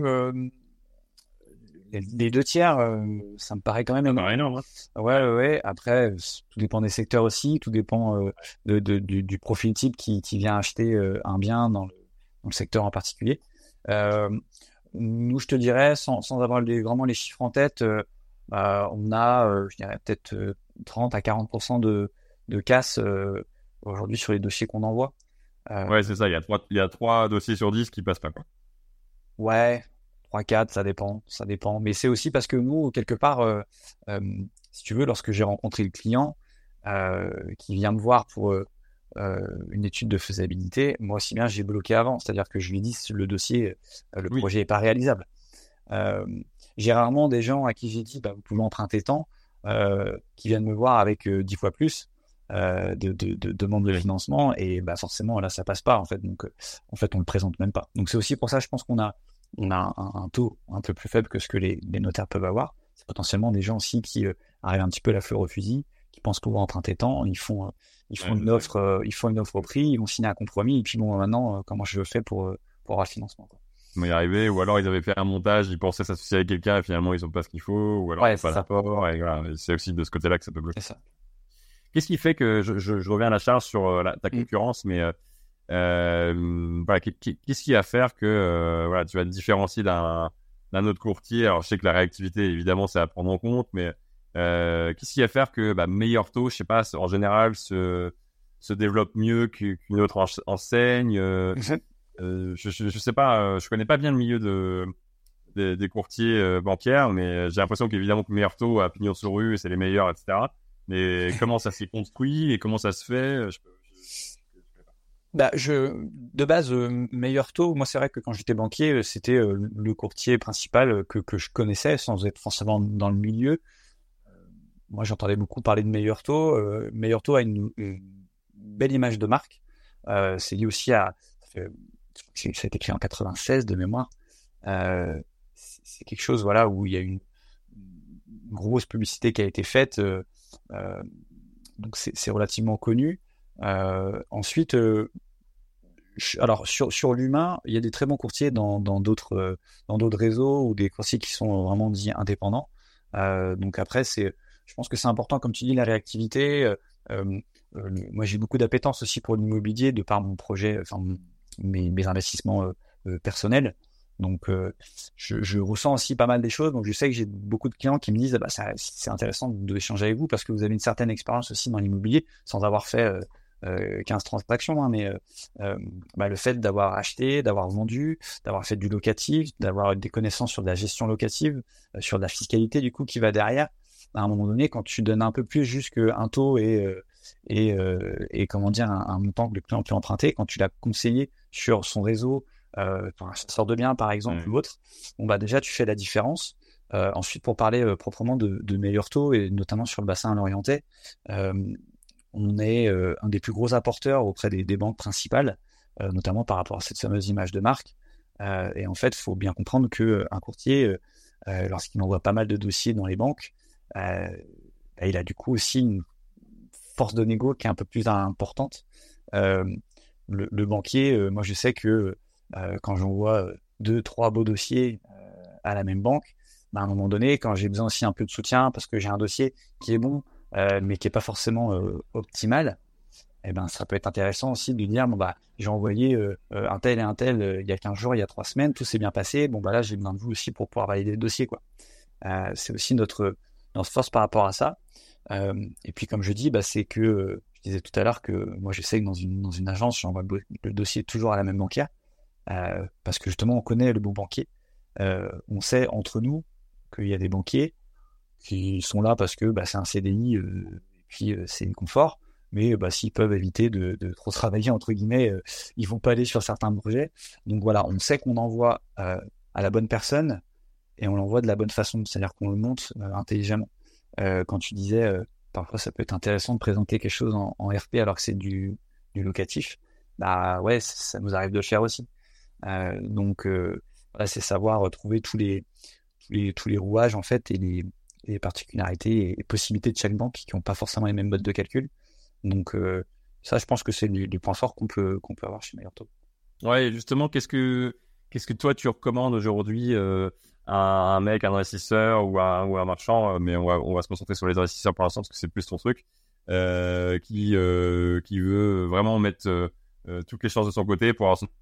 les 2/3, ça me paraît quand même énorme. Hein. Ouais. Après, tout dépend des secteurs aussi. Tout dépend du profil type qui vient acheter un bien dans le secteur en particulier. Nous, je te dirais, sans avoir vraiment les chiffres en tête, on a, je dirais, peut-être 30 à 40% de casse aujourd'hui sur les dossiers qu'on envoie. Ouais, c'est ça. Il y a 3 dossiers sur 10 qui passent pas, quoi. Ouais, 3-4, ça dépend. Mais c'est aussi parce que nous, quelque part, si tu veux, lorsque j'ai rencontré le client qui vient me voir pour une étude de faisabilité, moi aussi bien j'ai bloqué avant, c'est-à-dire que je lui dis le dossier, le projet n'est pas réalisable. J'ai rarement des gens à qui j'ai dit vous pouvez emprunter tant, qui viennent me voir avec 10 fois plus de demandes de financement, et forcément là ça passe pas en fait. Donc en fait on le présente même pas. Donc c'est aussi pour ça, je pense qu'on a un taux un peu plus faible que ce que les notaires peuvent avoir. C'est potentiellement des gens aussi qui arrivent un petit peu la fleur au fusil, qui pensent pouvoir emprunter tant, ils font une offre au prix, ils vont signer un compromis, et puis bon, maintenant comment je fais pour avoir le financement, quoi. Ils y arriver, ou alors ils avaient fait un montage, ils pensaient s'associer avec quelqu'un et finalement ils ont pas ce qu'il faut, ou alors pas l'apport, et voilà, c'est aussi de ce côté-là que ça peut bloquer. C'est ça. Qu'est-ce qui fait que je reviens à la charge sur ta concurrence, mais qu'est-ce qui va faire que tu vas te différencier d'un autre courtier? Alors je sais que la réactivité, évidemment, c'est à prendre en compte, mais qu'est-ce qui va faire que meilleur taux, je sais pas, en général se développe mieux qu'une autre enseigne? je sais pas, je connais pas bien le milieu des courtiers bancaires, mais j'ai l'impression qu'évidemment que meilleur taux à pignon sur rue, c'est les meilleurs, etc. Mais comment ça s'est construit et comment ça se fait, De base, meilleur taux, moi c'est vrai que quand j'étais banquier, c'était le courtier principal que je connaissais sans être forcément dans le milieu. Moi j'entendais beaucoup parler de meilleur taux. Meilleur taux a une belle image de marque. C'est lié aussi à... Ça a été créé en 96 de mémoire. C'est quelque chose voilà, où il y a une grosse publicité qui a été faite. Donc c'est relativement connu. Ensuite... alors sur l'humain, il y a des très bons courtiers dans d'autres réseaux ou des courtiers qui sont vraiment dits indépendants. Donc après, je pense que c'est important, comme tu dis, la réactivité. Moi, j'ai beaucoup d'appétence aussi pour l'immobilier de par mon projet, enfin mes investissements personnels. Donc je ressens aussi pas mal des choses. Donc je sais que j'ai beaucoup de clients qui me disent c'est intéressant d'échanger avec vous parce que vous avez une certaine expérience aussi dans l'immobilier sans avoir fait 15 transactions, hein, mais le fait d'avoir acheté, d'avoir vendu, d'avoir fait du locatif, d'avoir des connaissances sur de la gestion locative, sur de la fiscalité du coup qui va derrière, à un moment donné, quand tu donnes un peu plus juste qu'un taux et comment dire un montant que le client peut emprunter, quand tu l'as conseillé sur son réseau pour un chasseur de biens par exemple ou autre, déjà tu fais la différence. Ensuite, pour parler proprement de meilleurs taux et notamment sur le bassin lorientais, on est un des plus gros apporteurs auprès des banques principales, notamment par rapport à cette fameuse image de marque. Et en fait, il faut bien comprendre qu'un courtier, lorsqu'il envoie pas mal de dossiers dans les banques, il a du coup aussi une force de négo qui est un peu plus importante. Le banquier, moi je sais que quand j'envoie 2-3 beaux dossiers à la même banque, à un moment donné, quand j'ai besoin aussi un peu de soutien parce que j'ai un dossier qui est bon, mais qui est pas forcément optimal, ça peut être intéressant aussi de dire j'ai envoyé un tel et un tel il y a 15 jours, il y a 3 semaines, tout s'est bien passé, là j'ai besoin de vous aussi pour pouvoir valider le dossier, quoi. C'est aussi notre force par rapport à ça. Et puis comme je dis, c'est que je disais tout à l'heure que moi je sais que dans une agence j'envoie le dossier toujours à la même banquière, parce que justement on connaît le bon banquier. On sait entre nous qu'il y a des banquiers qui sont là parce que c'est un CDI et puis c'est une confort, mais s'ils peuvent éviter de trop travailler entre guillemets, ils vont pas aller sur certains projets. Donc voilà, on sait qu'on envoie à la bonne personne et on l'envoie de la bonne façon, c'est-à-dire qu'on le monte intelligemment. Quand tu disais parfois ça peut être intéressant de présenter quelque chose en RP alors que c'est du locatif, ouais, ça nous arrive de le faire aussi. Donc voilà, c'est savoir trouver tous les rouages en fait et les particularités et possibilités de chaque banque qui n'ont pas forcément les mêmes modes de calcul. Donc ça, je pense que c'est du point fort qu'on peut avoir chez Meilleur Taux. Ouais, justement, qu'est-ce que toi tu recommandes aujourd'hui à un mec, un investisseur ou à un marchand, mais on va se concentrer sur les investisseurs pour l'instant parce que c'est plus ton truc, qui veut vraiment mettre toutes les chances de son côté pour avoir son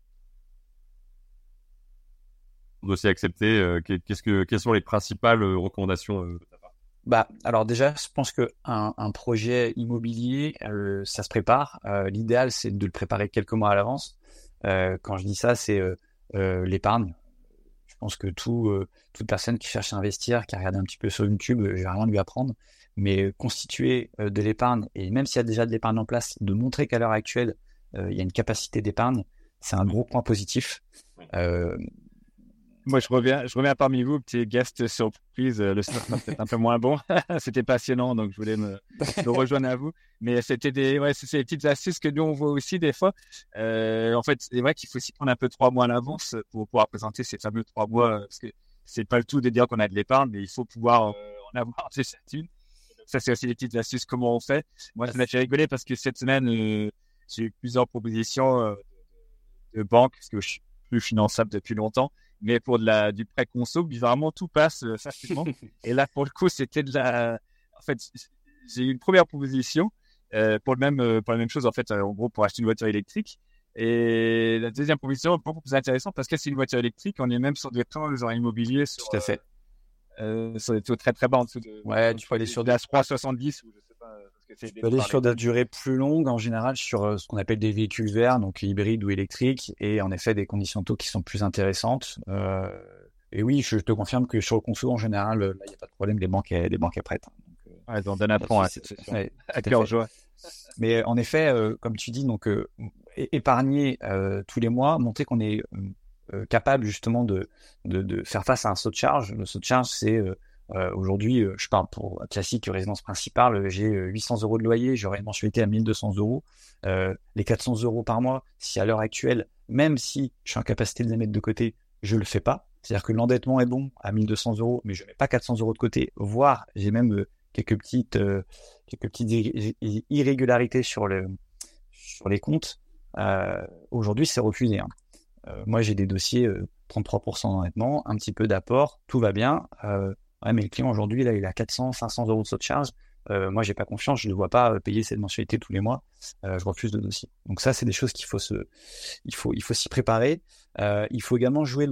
dossier accepté. Quelles sont les principales recommandations de ta part? Alors déjà, je pense que un projet immobilier, ça se prépare. L'idéal, c'est de le préparer quelques mois à l'avance. Quand je dis ça, c'est l'épargne. Je pense que toute personne qui cherche à investir, qui a regardé un petit peu sur YouTube, je vais rien lui apprendre. Mais constituer de l'épargne, et même s'il y a déjà de l'épargne en place, de montrer qu'à l'heure actuelle, il y a une capacité d'épargne, c'est un gros point positif. Moi, je reviens parmi vous, petit guest surprise. Le soir sera peut-être un peu moins bon. C'était passionnant, donc je voulais me rejoindre à vous. Mais c'était c'est des petites astuces que nous, on voit aussi des fois. En fait, c'est vrai qu'il faut aussi prendre un peu 3 mois à l'avance pour pouvoir présenter ces fameux 3 mois, parce que c'est pas le tout de dire qu'on a de l'épargne, mais il faut pouvoir en avoir des certitudes. Ça, c'est aussi des petites astuces, comment on fait. Moi, ça m'a fait rigoler parce que cette semaine, j'ai eu plusieurs propositions de banques, parce que je suis plus finançable depuis longtemps. Mais pour du prêt conso, bizarrement, tout passe facilement. Et là, pour le coup, c'était en fait, j'ai eu une première proposition pour la même chose, en fait, en gros, pour acheter une voiture électrique. Et la deuxième proposition est beaucoup plus intéressante parce que c'est une voiture électrique. On est même sur des taux immobiliers. Tout à fait. Sur des taux très, très bas en dessous de... Ouais, tu peux aller sur des 3,70 ou je sais pas. Parce c'est Tu peux aller sur des durées plus longues, en général sur ce qu'on appelle des véhicules verts, donc hybrides ou électriques, et en effet des conditions de taux qui sont plus intéressantes. Et oui, je te confirme que sur le conso, en général, là, il n'y a pas de problème, les banques prêtent. Donc, ils en donnent à fond, c'est sûr. Ouais, À cœur joie. Mais en effet, comme tu dis, donc épargner tous les mois, montrer qu'on est capable justement de faire face à un saut de charge. Le saut de charge, c'est aujourd'hui, je parle pour classique résidence principale, j'ai 800 € de loyer, j'aurai une mensualité à 1200 €. Les 400 € par mois, si à l'heure actuelle, même si je suis en capacité de les mettre de côté, je le fais pas. C'est-à-dire que l'endettement est bon à 1200 €, mais je mets pas 400 € de côté, voire j'ai même quelques petites irrégularités sur les comptes. Aujourd'hui, c'est refusé. Hein. Moi, j'ai des dossiers 33% d'endettement, un petit peu d'apport, tout va bien. Ouais, mais le client aujourd'hui, là, il a 400, 500 € de saut de charge. Moi, j'ai pas confiance, je ne vois pas payer cette mensualité tous les mois. Je refuse le dossier. Donc ça, c'est des choses qu'il faut s'y préparer. Il faut également jouer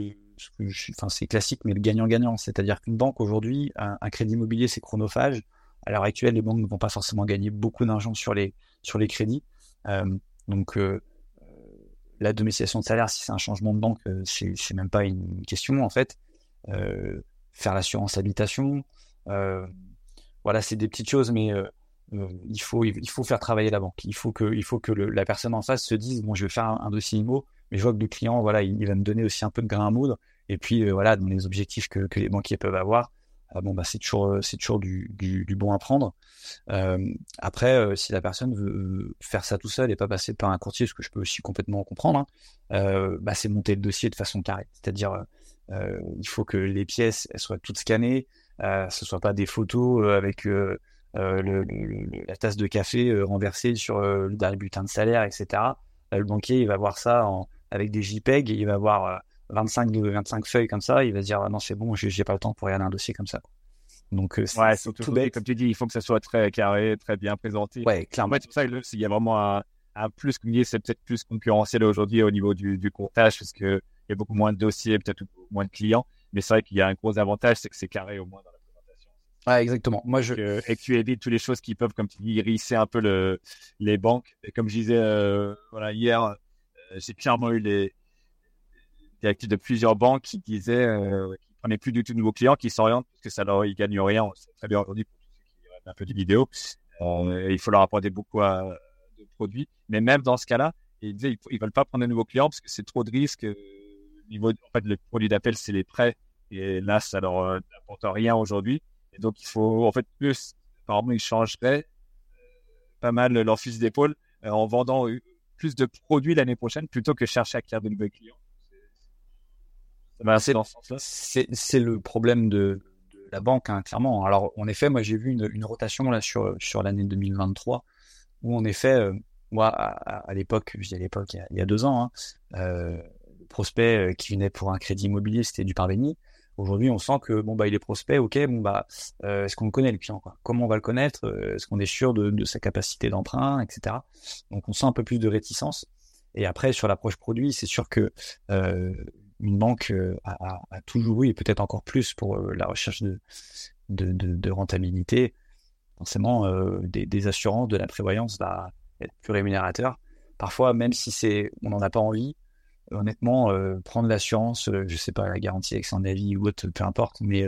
c'est classique, mais le gagnant-gagnant. C'est-à-dire qu'une banque aujourd'hui, un crédit immobilier, c'est chronophage. À l'heure actuelle, les banques ne vont pas forcément gagner beaucoup d'argent sur les crédits. Donc la domiciliation de salaire, si c'est un changement de banque, c'est même pas une question en fait. Faire l'assurance habitation, voilà, c'est des petites choses, mais il faut faire travailler la banque. Il faut que la personne en face se dise bon, je vais faire un dossier IMO, mais je vois que le client, voilà, il va me donner aussi un peu de grain à moudre. Et puis voilà, dans les objectifs que les banquiers peuvent avoir, c'est toujours du bon à prendre. Après, si la personne veut faire ça tout seul et pas passer par un courtier, ce que je peux aussi complètement comprendre, c'est monter le dossier de façon carrée. C'est-à-dire, il faut que les pièces elles soient toutes scannées, ce soit pas des photos avec la tasse de café renversée sur le dernier bulletin de salaire, etc. Le banquier, il va voir ça avec des JPEG, il va voir 25 feuilles comme ça, il va se dire non, c'est bon, j'ai pas le temps pour regarder un dossier comme ça. Donc c'est surtout tout bête. comme tu dis, il faut que ça soit très carré, très bien présenté. Ouais, clairement. Ouais, c'est pour ça qu'il y a vraiment un plus, comme dit, c'est peut-être plus concurrentiel aujourd'hui au niveau du comptage, parce que il y a beaucoup moins de dossiers, peut-être moins de clients, mais c'est vrai qu'il y a un gros avantage, c'est que c'est carré au moins dans la présentation. Ouais, exactement. Moi, et que tu évites toutes les choses qui peuvent, comme tu dis, hérisser un peu les banques. Et comme je disais, hier, j'ai clairement eu les directifs de plusieurs banques qui disaient qu'ils prenaient plus du tout de nouveaux clients, qui s'orientent parce que ils gagnent rien. C'est très bien aujourd'hui pour tous ceux qui regardent un peu de vidéos. Il faut leur apporter beaucoup de produits. Mais même dans ce cas-là, ils disaient ils veulent pas prendre de nouveaux clients parce que c'est trop de risques. En fait, le produit d'appel, c'est les prêts. Et là, ça leur apporte rien aujourd'hui. Et donc, il faut, en fait, apparemment, ils changeraient pas mal leur fusil d'épaule en vendant plus de produits l'année prochaine plutôt que chercher à acquérir de nouveaux clients. C'est dans ce sens-là. C'est le problème de la banque, hein, clairement. Alors, en effet, moi, j'ai vu une rotation là sur l'année 2023 où, en effet, moi, à l'époque, je dis à l'époque, il y a 2 ans, le prospect qui venait pour un crédit immobilier, c'était du Parveni. Aujourd'hui, on sent que il est prospect, ok, est-ce qu'on le connaît le client, quoi? Comment on va le connaître? Est-ce qu'on est sûr de sa capacité d'emprunt, etc. Donc, on sent un peu plus de réticence. Et après, sur l'approche produit, c'est sûr que une banque a toujours eu, et peut-être encore plus pour la recherche de rentabilité, forcément, des assurances, de la prévoyance va être plus rémunérateur. Parfois, même si on n'en a pas envie, honnêtement, prendre l'assurance, je sais pas, la garantie avec son avis ou autre, peu importe, mais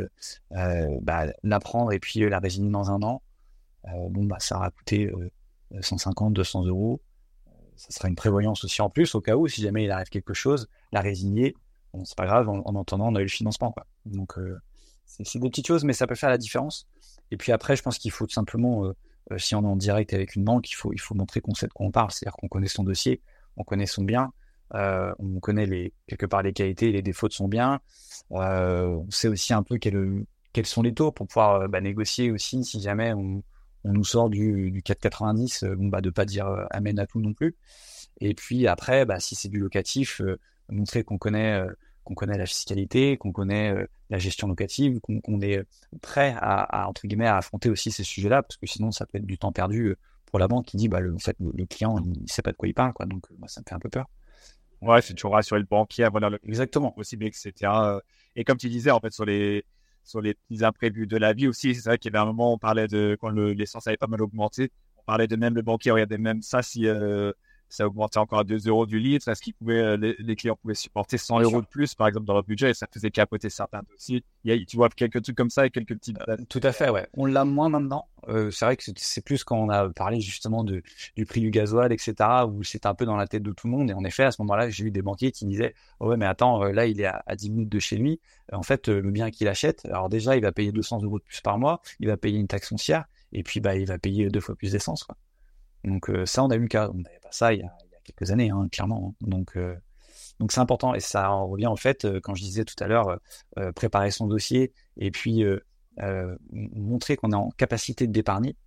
la prendre et puis la résilier dans 1 an, ça aura coûté 150, 200 €. Ça sera une prévoyance aussi en plus, au cas où, si jamais il arrive quelque chose, la résilier, c'est pas grave, en attendant, on a eu le financement, quoi. Donc, c'est des petites choses, mais ça peut faire la différence. Et puis après, je pense qu'il faut tout simplement, si on est en direct avec une banque, il faut montrer qu'on sait de quoi on parle, c'est-à-dire qu'on connaît son dossier, on connaît son bien, on connaît quelque part les qualités et les défauts de son bien, on sait aussi un peu quels sont les taux pour pouvoir négocier aussi, si jamais on nous sort du 4,90, de pas dire amen à tout non plus. Et puis après, si c'est du locatif, montrer qu'on connaît la fiscalité, qu'on connaît la gestion locative, qu'on est prêt à entre guillemets à affronter aussi ces sujets-là, parce que sinon ça peut être du temps perdu pour la banque qui dit le client il sait pas de quoi il parle, quoi. Donc ça me fait un peu peur. Ouais, c'est toujours rassurer le banquier, voilà exactement possible, etc. Et comme tu disais, en fait, sur sur les petits imprévus de la vie aussi. C'est vrai qu'il y avait un moment, on parlait de quand l'essence avait pas mal augmenté, on parlait de même le banquier, regardez même ça, si ça augmentait encore à 2 euros du litre, est-ce qu'ils pouvaient, les clients pouvaient supporter 100 euros de plus, par exemple, dans leur budget, et ça faisait capoter certains dossiers. Tu vois quelques trucs comme ça et quelques petites... Tout à fait, ouais. On l'a moins maintenant. C'est vrai que c'est plus quand on a parlé justement du prix du gasoil, etc., où c'était un peu dans la tête de tout le monde. Et en effet, à ce moment-là, j'ai eu des banquiers qui disaient oh ouais, mais attends, là, il est à 10 minutes de chez lui. En fait, le bien qu'il achète, alors déjà, il va payer 200 euros de plus par mois, il va payer une taxe foncière, et puis bah, il va payer 2 fois plus d'essence, quoi. Donc ça, on a eu le cas. On n'avait pas ça il y a quelques années, hein, clairement. Donc c'est important. Et ça en revient, en fait, quand je disais tout à l'heure, préparer son dossier et puis montrer qu'on est en capacité d'épargner.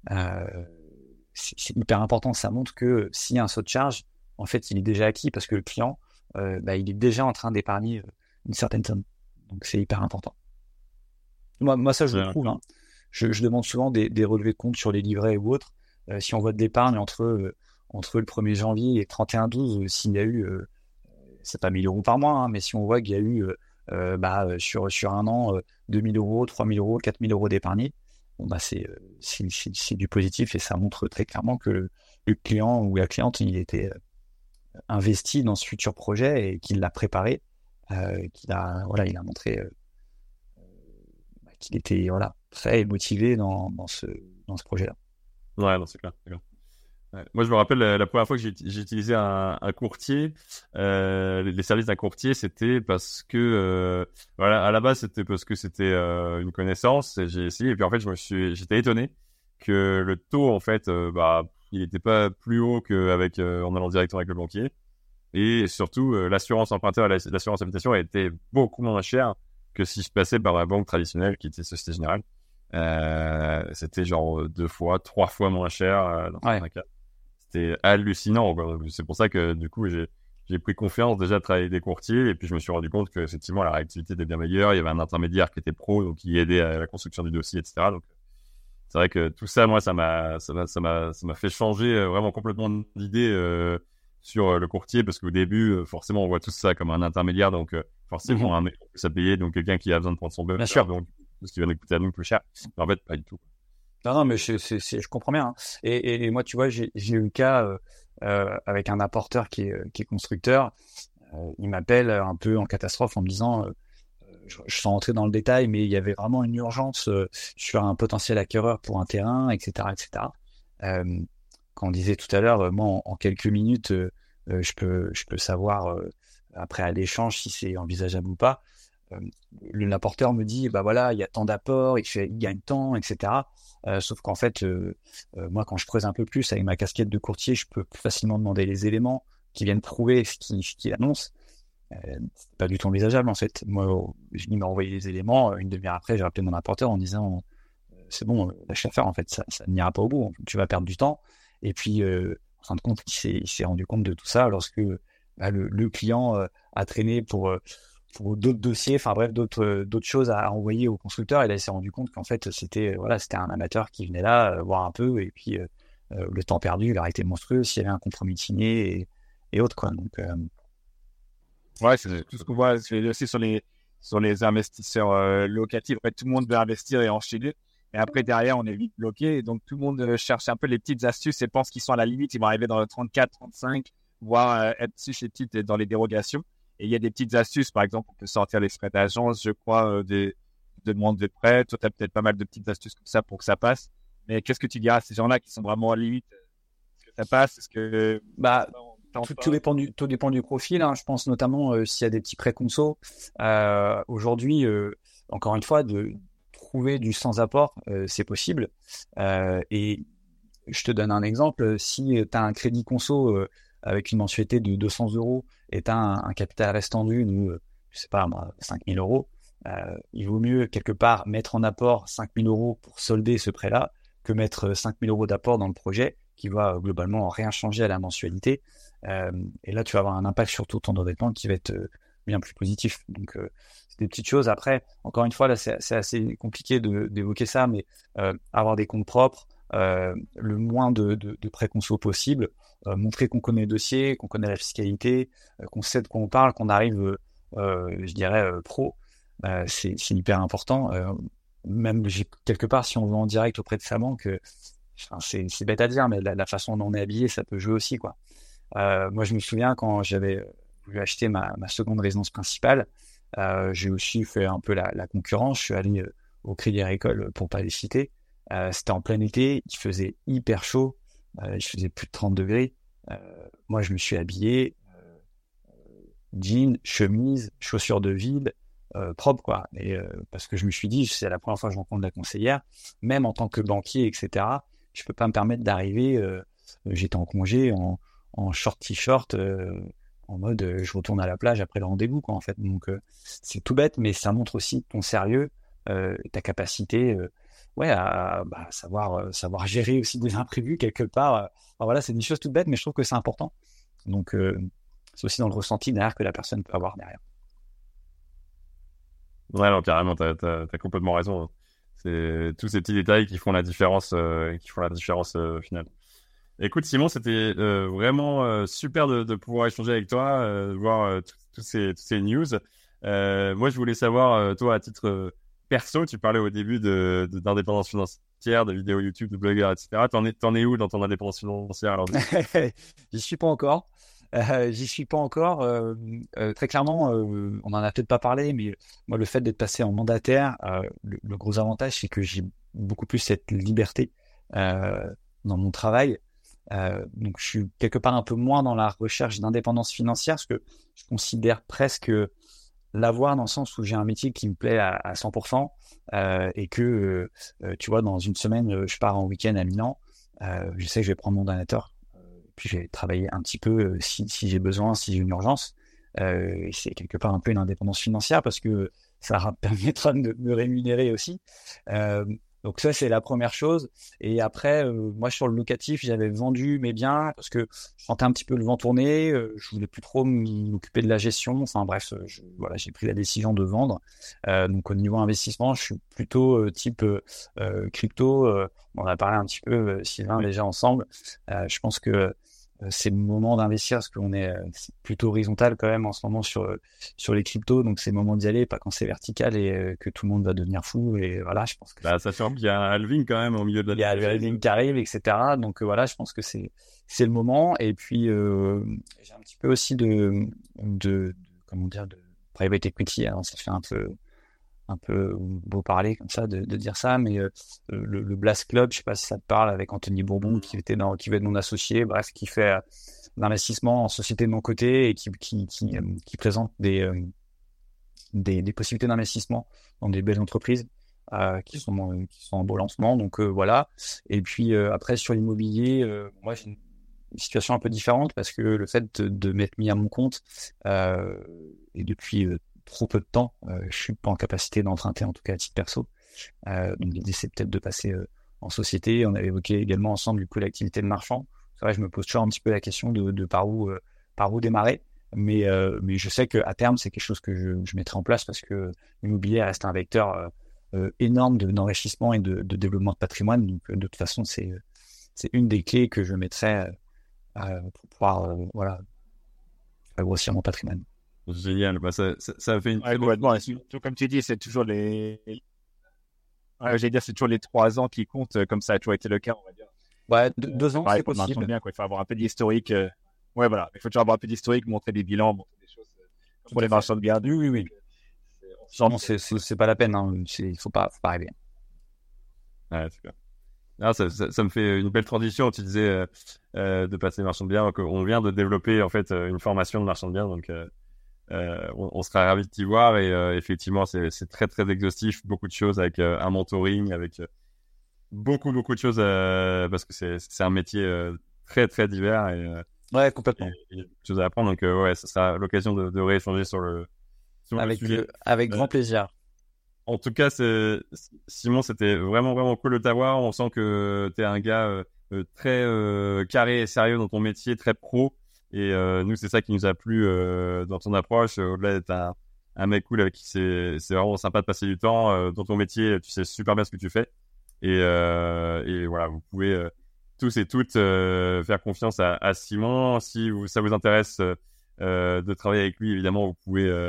C'est hyper important. Ça montre que s'il y a un saut de charge, en fait, il est déjà acquis parce que le client, il est déjà en train d'épargner une certaine somme. Donc c'est hyper important. Moi ça, je le trouve. Hein. Je demande souvent des relevés de compte sur les livrets ou autres. Si on voit de l'épargne entre le 1er janvier et 31/12, s'il y a eu, c'est pas 1 000 euros par mois, hein, mais si on voit qu'il y a eu sur un an 2 000 euros, 3 000 euros, 4 000 euros d'épargnés, bon, bah, c'est du positif et ça montre très clairement que le client ou la cliente, il était investi dans ce futur projet et qu'il l'a préparé, il a montré qu'il était prêt et motivé dans ce projet-là. Ouais, non, c'est clair. Ouais. Moi, je me rappelle la première fois que j'ai utilisé un courtier, les services d'un courtier, c'était parce que, à la base, c'était parce que c'était une connaissance. Et j'ai essayé, et puis en fait, j'étais étonné que le taux, en fait, il n'était pas plus haut qu'avec en allant directement avec le banquier. Et surtout, l'assurance emprunteur, l'assurance habitation, était beaucoup moins chère que si je passais par la banque traditionnelle, qui était Société Générale. C'était genre 2 fois, 3 fois moins cher dans certains cas. C'était hallucinant, quoi. C'est pour ça que du coup j'ai pris confiance déjà de travailler avec des courtiers et puis je me suis rendu compte que effectivement la réactivité était bien meilleure. Il y avait un intermédiaire qui était pro, donc qui aidait à la construction du dossier, etc. Donc c'est vrai que tout ça, moi, ça m'a fait changer vraiment complètement d'idée sur le courtier, parce qu'au début, forcément, on voit tout ça comme un intermédiaire, donc forcément un mec qui peut ça payer, donc quelqu'un qui a besoin de prendre son bœuf, bien sûr, donc ce qui va nous coûter à nous plus cher. Mais en fait, pas du tout. Non, mais je comprends bien. Hein. Et moi, tu vois, j'ai eu le cas avec un apporteur qui est constructeur. Il m'appelle un peu en catastrophe en me disant, je suis rentré dans le détail, mais il y avait vraiment une urgence sur un potentiel acquéreur pour un terrain, etc., etc. Quand on disait tout à l'heure, moi, en quelques minutes, je peux savoir après à l'échange si c'est envisageable ou pas. L'apporteur me dit, bah voilà, il y a tant d'apports, il gagne tant, etc. Sauf qu'en fait, moi, quand je creuse un peu plus avec ma casquette de courtier, je peux plus facilement demander les éléments qui viennent prouver ce qu'il annonce. C'est pas du tout envisageable, en fait. Moi, il m'a envoyé les éléments. Une demi-heure après, j'ai appelé mon apporteur en disant c'est bon, lâche l'affaire, en fait, ça n'ira pas au bout. Tu vas perdre du temps. Et puis, en fin de compte, il s'est rendu compte de tout ça lorsque le client a traîné pour d'autres dossiers, enfin bref, d'autres choses à envoyer au constructeur. Et là, il s'est rendu compte qu'en fait, c'était un amateur qui venait là voir un peu, et puis le temps perdu, il aurait été monstrueux s'il y avait un compromis signé et autres, quoi. Donc, ouais, c'est tout ce qu'on voit aussi sur les investisseurs locatifs. En fait, tout le monde veut investir et enchaîner. Et après, derrière, on est vite bloqué. Et donc, tout le monde cherche un peu les petites astuces et pense qu'ils sont à la limite. Ils vont arriver dans le 34, 35, voire être susceptibles dans les dérogations. Et il y a des petites astuces. Par exemple, on peut sortir les frais d'agence, je crois, des demandes de prêt. Toi, tu as peut-être pas mal de petites astuces comme ça pour que ça passe. Mais qu'est-ce que tu diras à ces gens-là qui sont vraiment à la limite? Est-ce que ça passe? Est-ce que... Tout dépend du profil. Hein. Je pense notamment s'il y a des petits prêts conso. Aujourd'hui, encore une fois, de trouver du sans-apport, c'est possible. Et je te donne un exemple. Si tu as un crédit conso avec une mensualité de 200 euros et tu as un capital restendu de, je sais pas, 5 000 euros, il vaut mieux quelque part mettre en apport 5 000 euros pour solder ce prêt-là que mettre 5 000 euros d'apport dans le projet qui va globalement rien changer à la mensualité. Et là, tu vas avoir un impact sur tout ton endettement qui va être bien plus positif. Donc, c'est des petites choses. Après, encore une fois, là, c'est assez compliqué d'évoquer ça, mais avoir des comptes propres, le moins de prêts conso possible, montrer qu'on connaît le dossier, qu'on connaît la fiscalité, qu'on sait de quoi on parle, qu'on arrive, je dirais, pro. c'est hyper important. Même quelque part, si on va en direct auprès de sa banque, enfin, c'est bête à dire, mais la façon dont on est habillé, ça peut jouer aussi, quoi. Moi, je me souviens quand j'avais voulu acheter ma seconde résidence principale, j'ai aussi fait un peu la concurrence. Je suis allé au Crédit Agricole pour pas les citer. C'était en plein été, il faisait hyper chaud, il faisait plus de 30 degrés. Moi, je me suis habillé jean, chemise, chaussures de ville, propre, quoi. Et parce que je me suis dit, c'est la première fois que je rencontre la conseillère, même en tant que banquier, etc. Je peux pas me permettre d'arriver. J'étais en congé, en short t-shirt, en mode je retourne à la plage après le rendez-vous, quoi, en fait. Donc c'est tout bête, mais ça montre aussi ton sérieux, ta capacité, à savoir gérer aussi des imprévus quelque part. Enfin, voilà, c'est des choses toutes bêtes, mais je trouve que c'est important. Donc c'est aussi dans le ressenti derrière que la personne peut avoir derrière. Ouais, non, carrément, t'as complètement raison. C'est tous ces petits détails qui font la différence, au final. Écoute, Simon, c'était vraiment super de pouvoir échanger avec toi, de voir tous ces news. Moi, je voulais savoir, toi, à titre perso, tu parlais au début d'indépendance financière, de vidéos YouTube, de blogueur, etc. T'en es où dans ton indépendance financière alors? J'y suis pas encore. J'y suis pas encore. Très clairement, on en a peut-être pas parlé, mais moi, le fait d'être passé en mandataire, le gros avantage, c'est que j'ai beaucoup plus cette liberté dans mon travail. Donc, je suis quelque part un peu moins dans la recherche d'indépendance financière, parce que je considère presque l'avoir dans le sens où j'ai un métier qui me plaît à 100%, et que, tu vois, dans une semaine, je pars en week-end à Milan. Je sais que je vais prendre mon ordinateur. Puis je vais travailler un petit peu si j'ai besoin, si j'ai une urgence. Et c'est quelque part un peu une indépendance financière parce que ça permettra de me rémunérer aussi. Donc ça, c'est la première chose. Et après, moi, sur le locatif, j'avais vendu mes biens parce que je sentais un petit peu le vent tourner. Je voulais plus trop m'occuper de la gestion. Enfin bref, j'ai pris la décision de vendre. Donc au niveau investissement, je suis plutôt type crypto. On en a parlé un petit peu, Sylvain, déjà ensemble. Je pense que c'est le moment d'investir parce qu'on est plutôt horizontal quand même en ce moment sur les cryptos, donc c'est le moment d'y aller, pas quand c'est vertical et que tout le monde va devenir fou. Et voilà, je pense que ça fait qu'il y a un halving quand même au milieu de la. Il y a le halving qui arrive, etc. Donc voilà, je pense que c'est le moment. Et puis j'ai un petit peu aussi de comment dire, de private equity. Alors ça fait un peu beau parler comme ça de dire ça, mais le Blast Club, je sais pas si ça te parle, avec Anthony Bourbon qui va être mon associé, bref, qui fait l'investissement en société de mon côté et qui présente des possibilités d'investissement dans des belles entreprises qui sont en beau lancement. Donc voilà. Et puis après sur l'immobilier, moi j'ai une situation un peu différente parce que le fait de m'être mis à mon compte et depuis trop peu de temps, je suis pas en capacité d'emprunter, en tout cas à titre perso. Donc l'idée c'est peut-être de passer en société. On avait évoqué également ensemble du coup l'activité de marchand. C'est vrai, je me pose toujours un petit peu la question de par où démarrer. Mais je sais qu'à terme c'est quelque chose que je mettrai en place parce que l'immobilier reste un vecteur énorme d'enrichissement et de développement de patrimoine. Donc de toute façon c'est une des clés que je mettrai pour pouvoir faire grossir mon patrimoine. Génial, ça fait une complètement. Comme tu dis, c'est toujours j'allais dire, c'est toujours les 3 ans qui comptent, comme ça a toujours été le cas, on va dire. Ouais, 2 ans, c'est possible. Bien, quoi. Il faut avoir un peu d'historique. Ouais, voilà. Il faut toujours avoir un peu d'historique, montrer des bilans, montrer des choses pour les marchands de biens. Oui. Non, c'est pas la peine. Hein. Il faut pas rêver. Ouais, c'est clair. Ah, ça me fait une belle transition. Tu disais de passer marchand de biens. On vient de développer en fait une formation de marchand de biens, donc on sera ravis de t'y voir. Et effectivement, c'est très très exhaustif, beaucoup de choses avec un mentoring, avec beaucoup de choses parce que c'est un métier très très divers et ouais, complètement. Il y a beaucoup de choses à apprendre. Donc ouais, ça sera l'occasion de rééchanger sur le sujet. Avec grand plaisir. En tout cas, Simon, c'était vraiment, vraiment cool de t'avoir. On sent que tu es un gars très carré et sérieux dans ton métier, très pro. Et nous, c'est ça qui nous a plu dans ton approche. Au-delà d'être un mec cool avec qui c'est vraiment sympa de passer du temps. Dans ton métier, tu sais super bien ce que tu fais. Et voilà, vous pouvez tous et toutes faire confiance à Simon. Si ça vous intéresse de travailler avec lui, évidemment, vous pouvez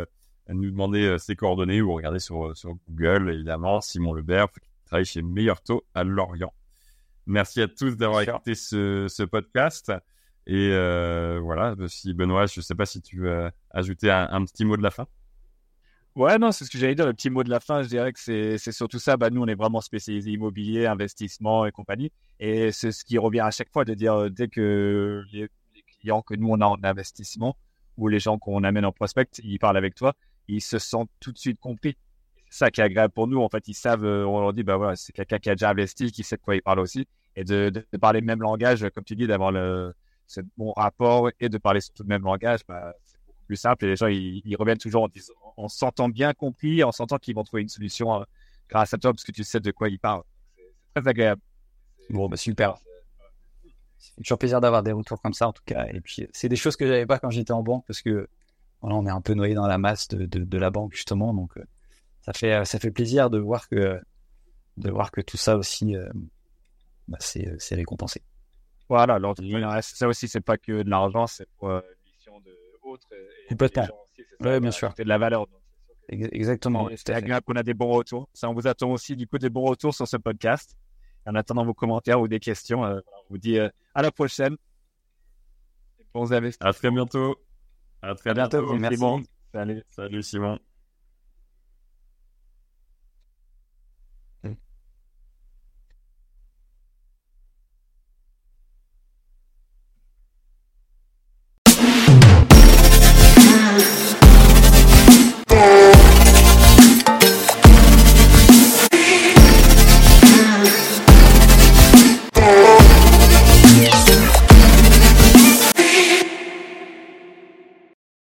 nous demander ses coordonnées ou regarder sur Google, évidemment, Simon Lebert, qui travaille chez Meilleur Taux à Lorient. Merci à tous d'avoir écouté ce podcast. Et voilà, si Benoît, je ne sais pas si tu veux ajouter un petit mot de la fin. Ouais, non, c'est ce que j'allais dire. Le petit mot de la fin, je dirais que c'est surtout ça. Nous, on est vraiment spécialisé immobilier, investissement et compagnie. Et c'est ce qui revient à chaque fois de dire dès que les clients que nous, on a en investissement ou les gens qu'on amène en prospect, ils parlent avec toi, ils se sentent tout de suite compris. C'est ça qui est agréable pour nous. En fait, ils savent, on leur dit, voilà, c'est quelqu'un qui a déjà investi, qui sait de quoi il parle aussi. Et de parler le même langage, comme tu dis, d'avoir ce bon rapport et de parler surtout le même langage, c'est beaucoup plus simple. Et les gens, ils reviennent toujours en disant, en se sentant bien compris, en sentant qu'ils vont trouver une solution grâce à toi parce que tu sais de quoi ils parlent. C'est très agréable. Bon, super. C'est toujours plaisir d'avoir des retours comme ça, en tout cas. Et puis, c'est des choses que j'avais pas quand j'étais en banque parce que voilà, on est un peu noyé dans la masse de la banque, justement. Donc, ça fait plaisir de voir que tout ça aussi, c'est récompensé. Voilà, l'entrepreneuriat, ça aussi, c'est pas que de l'argent, c'est pour une mission de autre. Complètement. Oui, bien sûr. C'est de la valeur. Donc, exactement. C'est agréable qu'on a des bons retours. Ça, on vous attend aussi, du coup, des bons retours sur ce podcast. En attendant vos commentaires ou des questions, on vous dit à la prochaine. À très bientôt. À très bientôt. Merci. Salut Simon.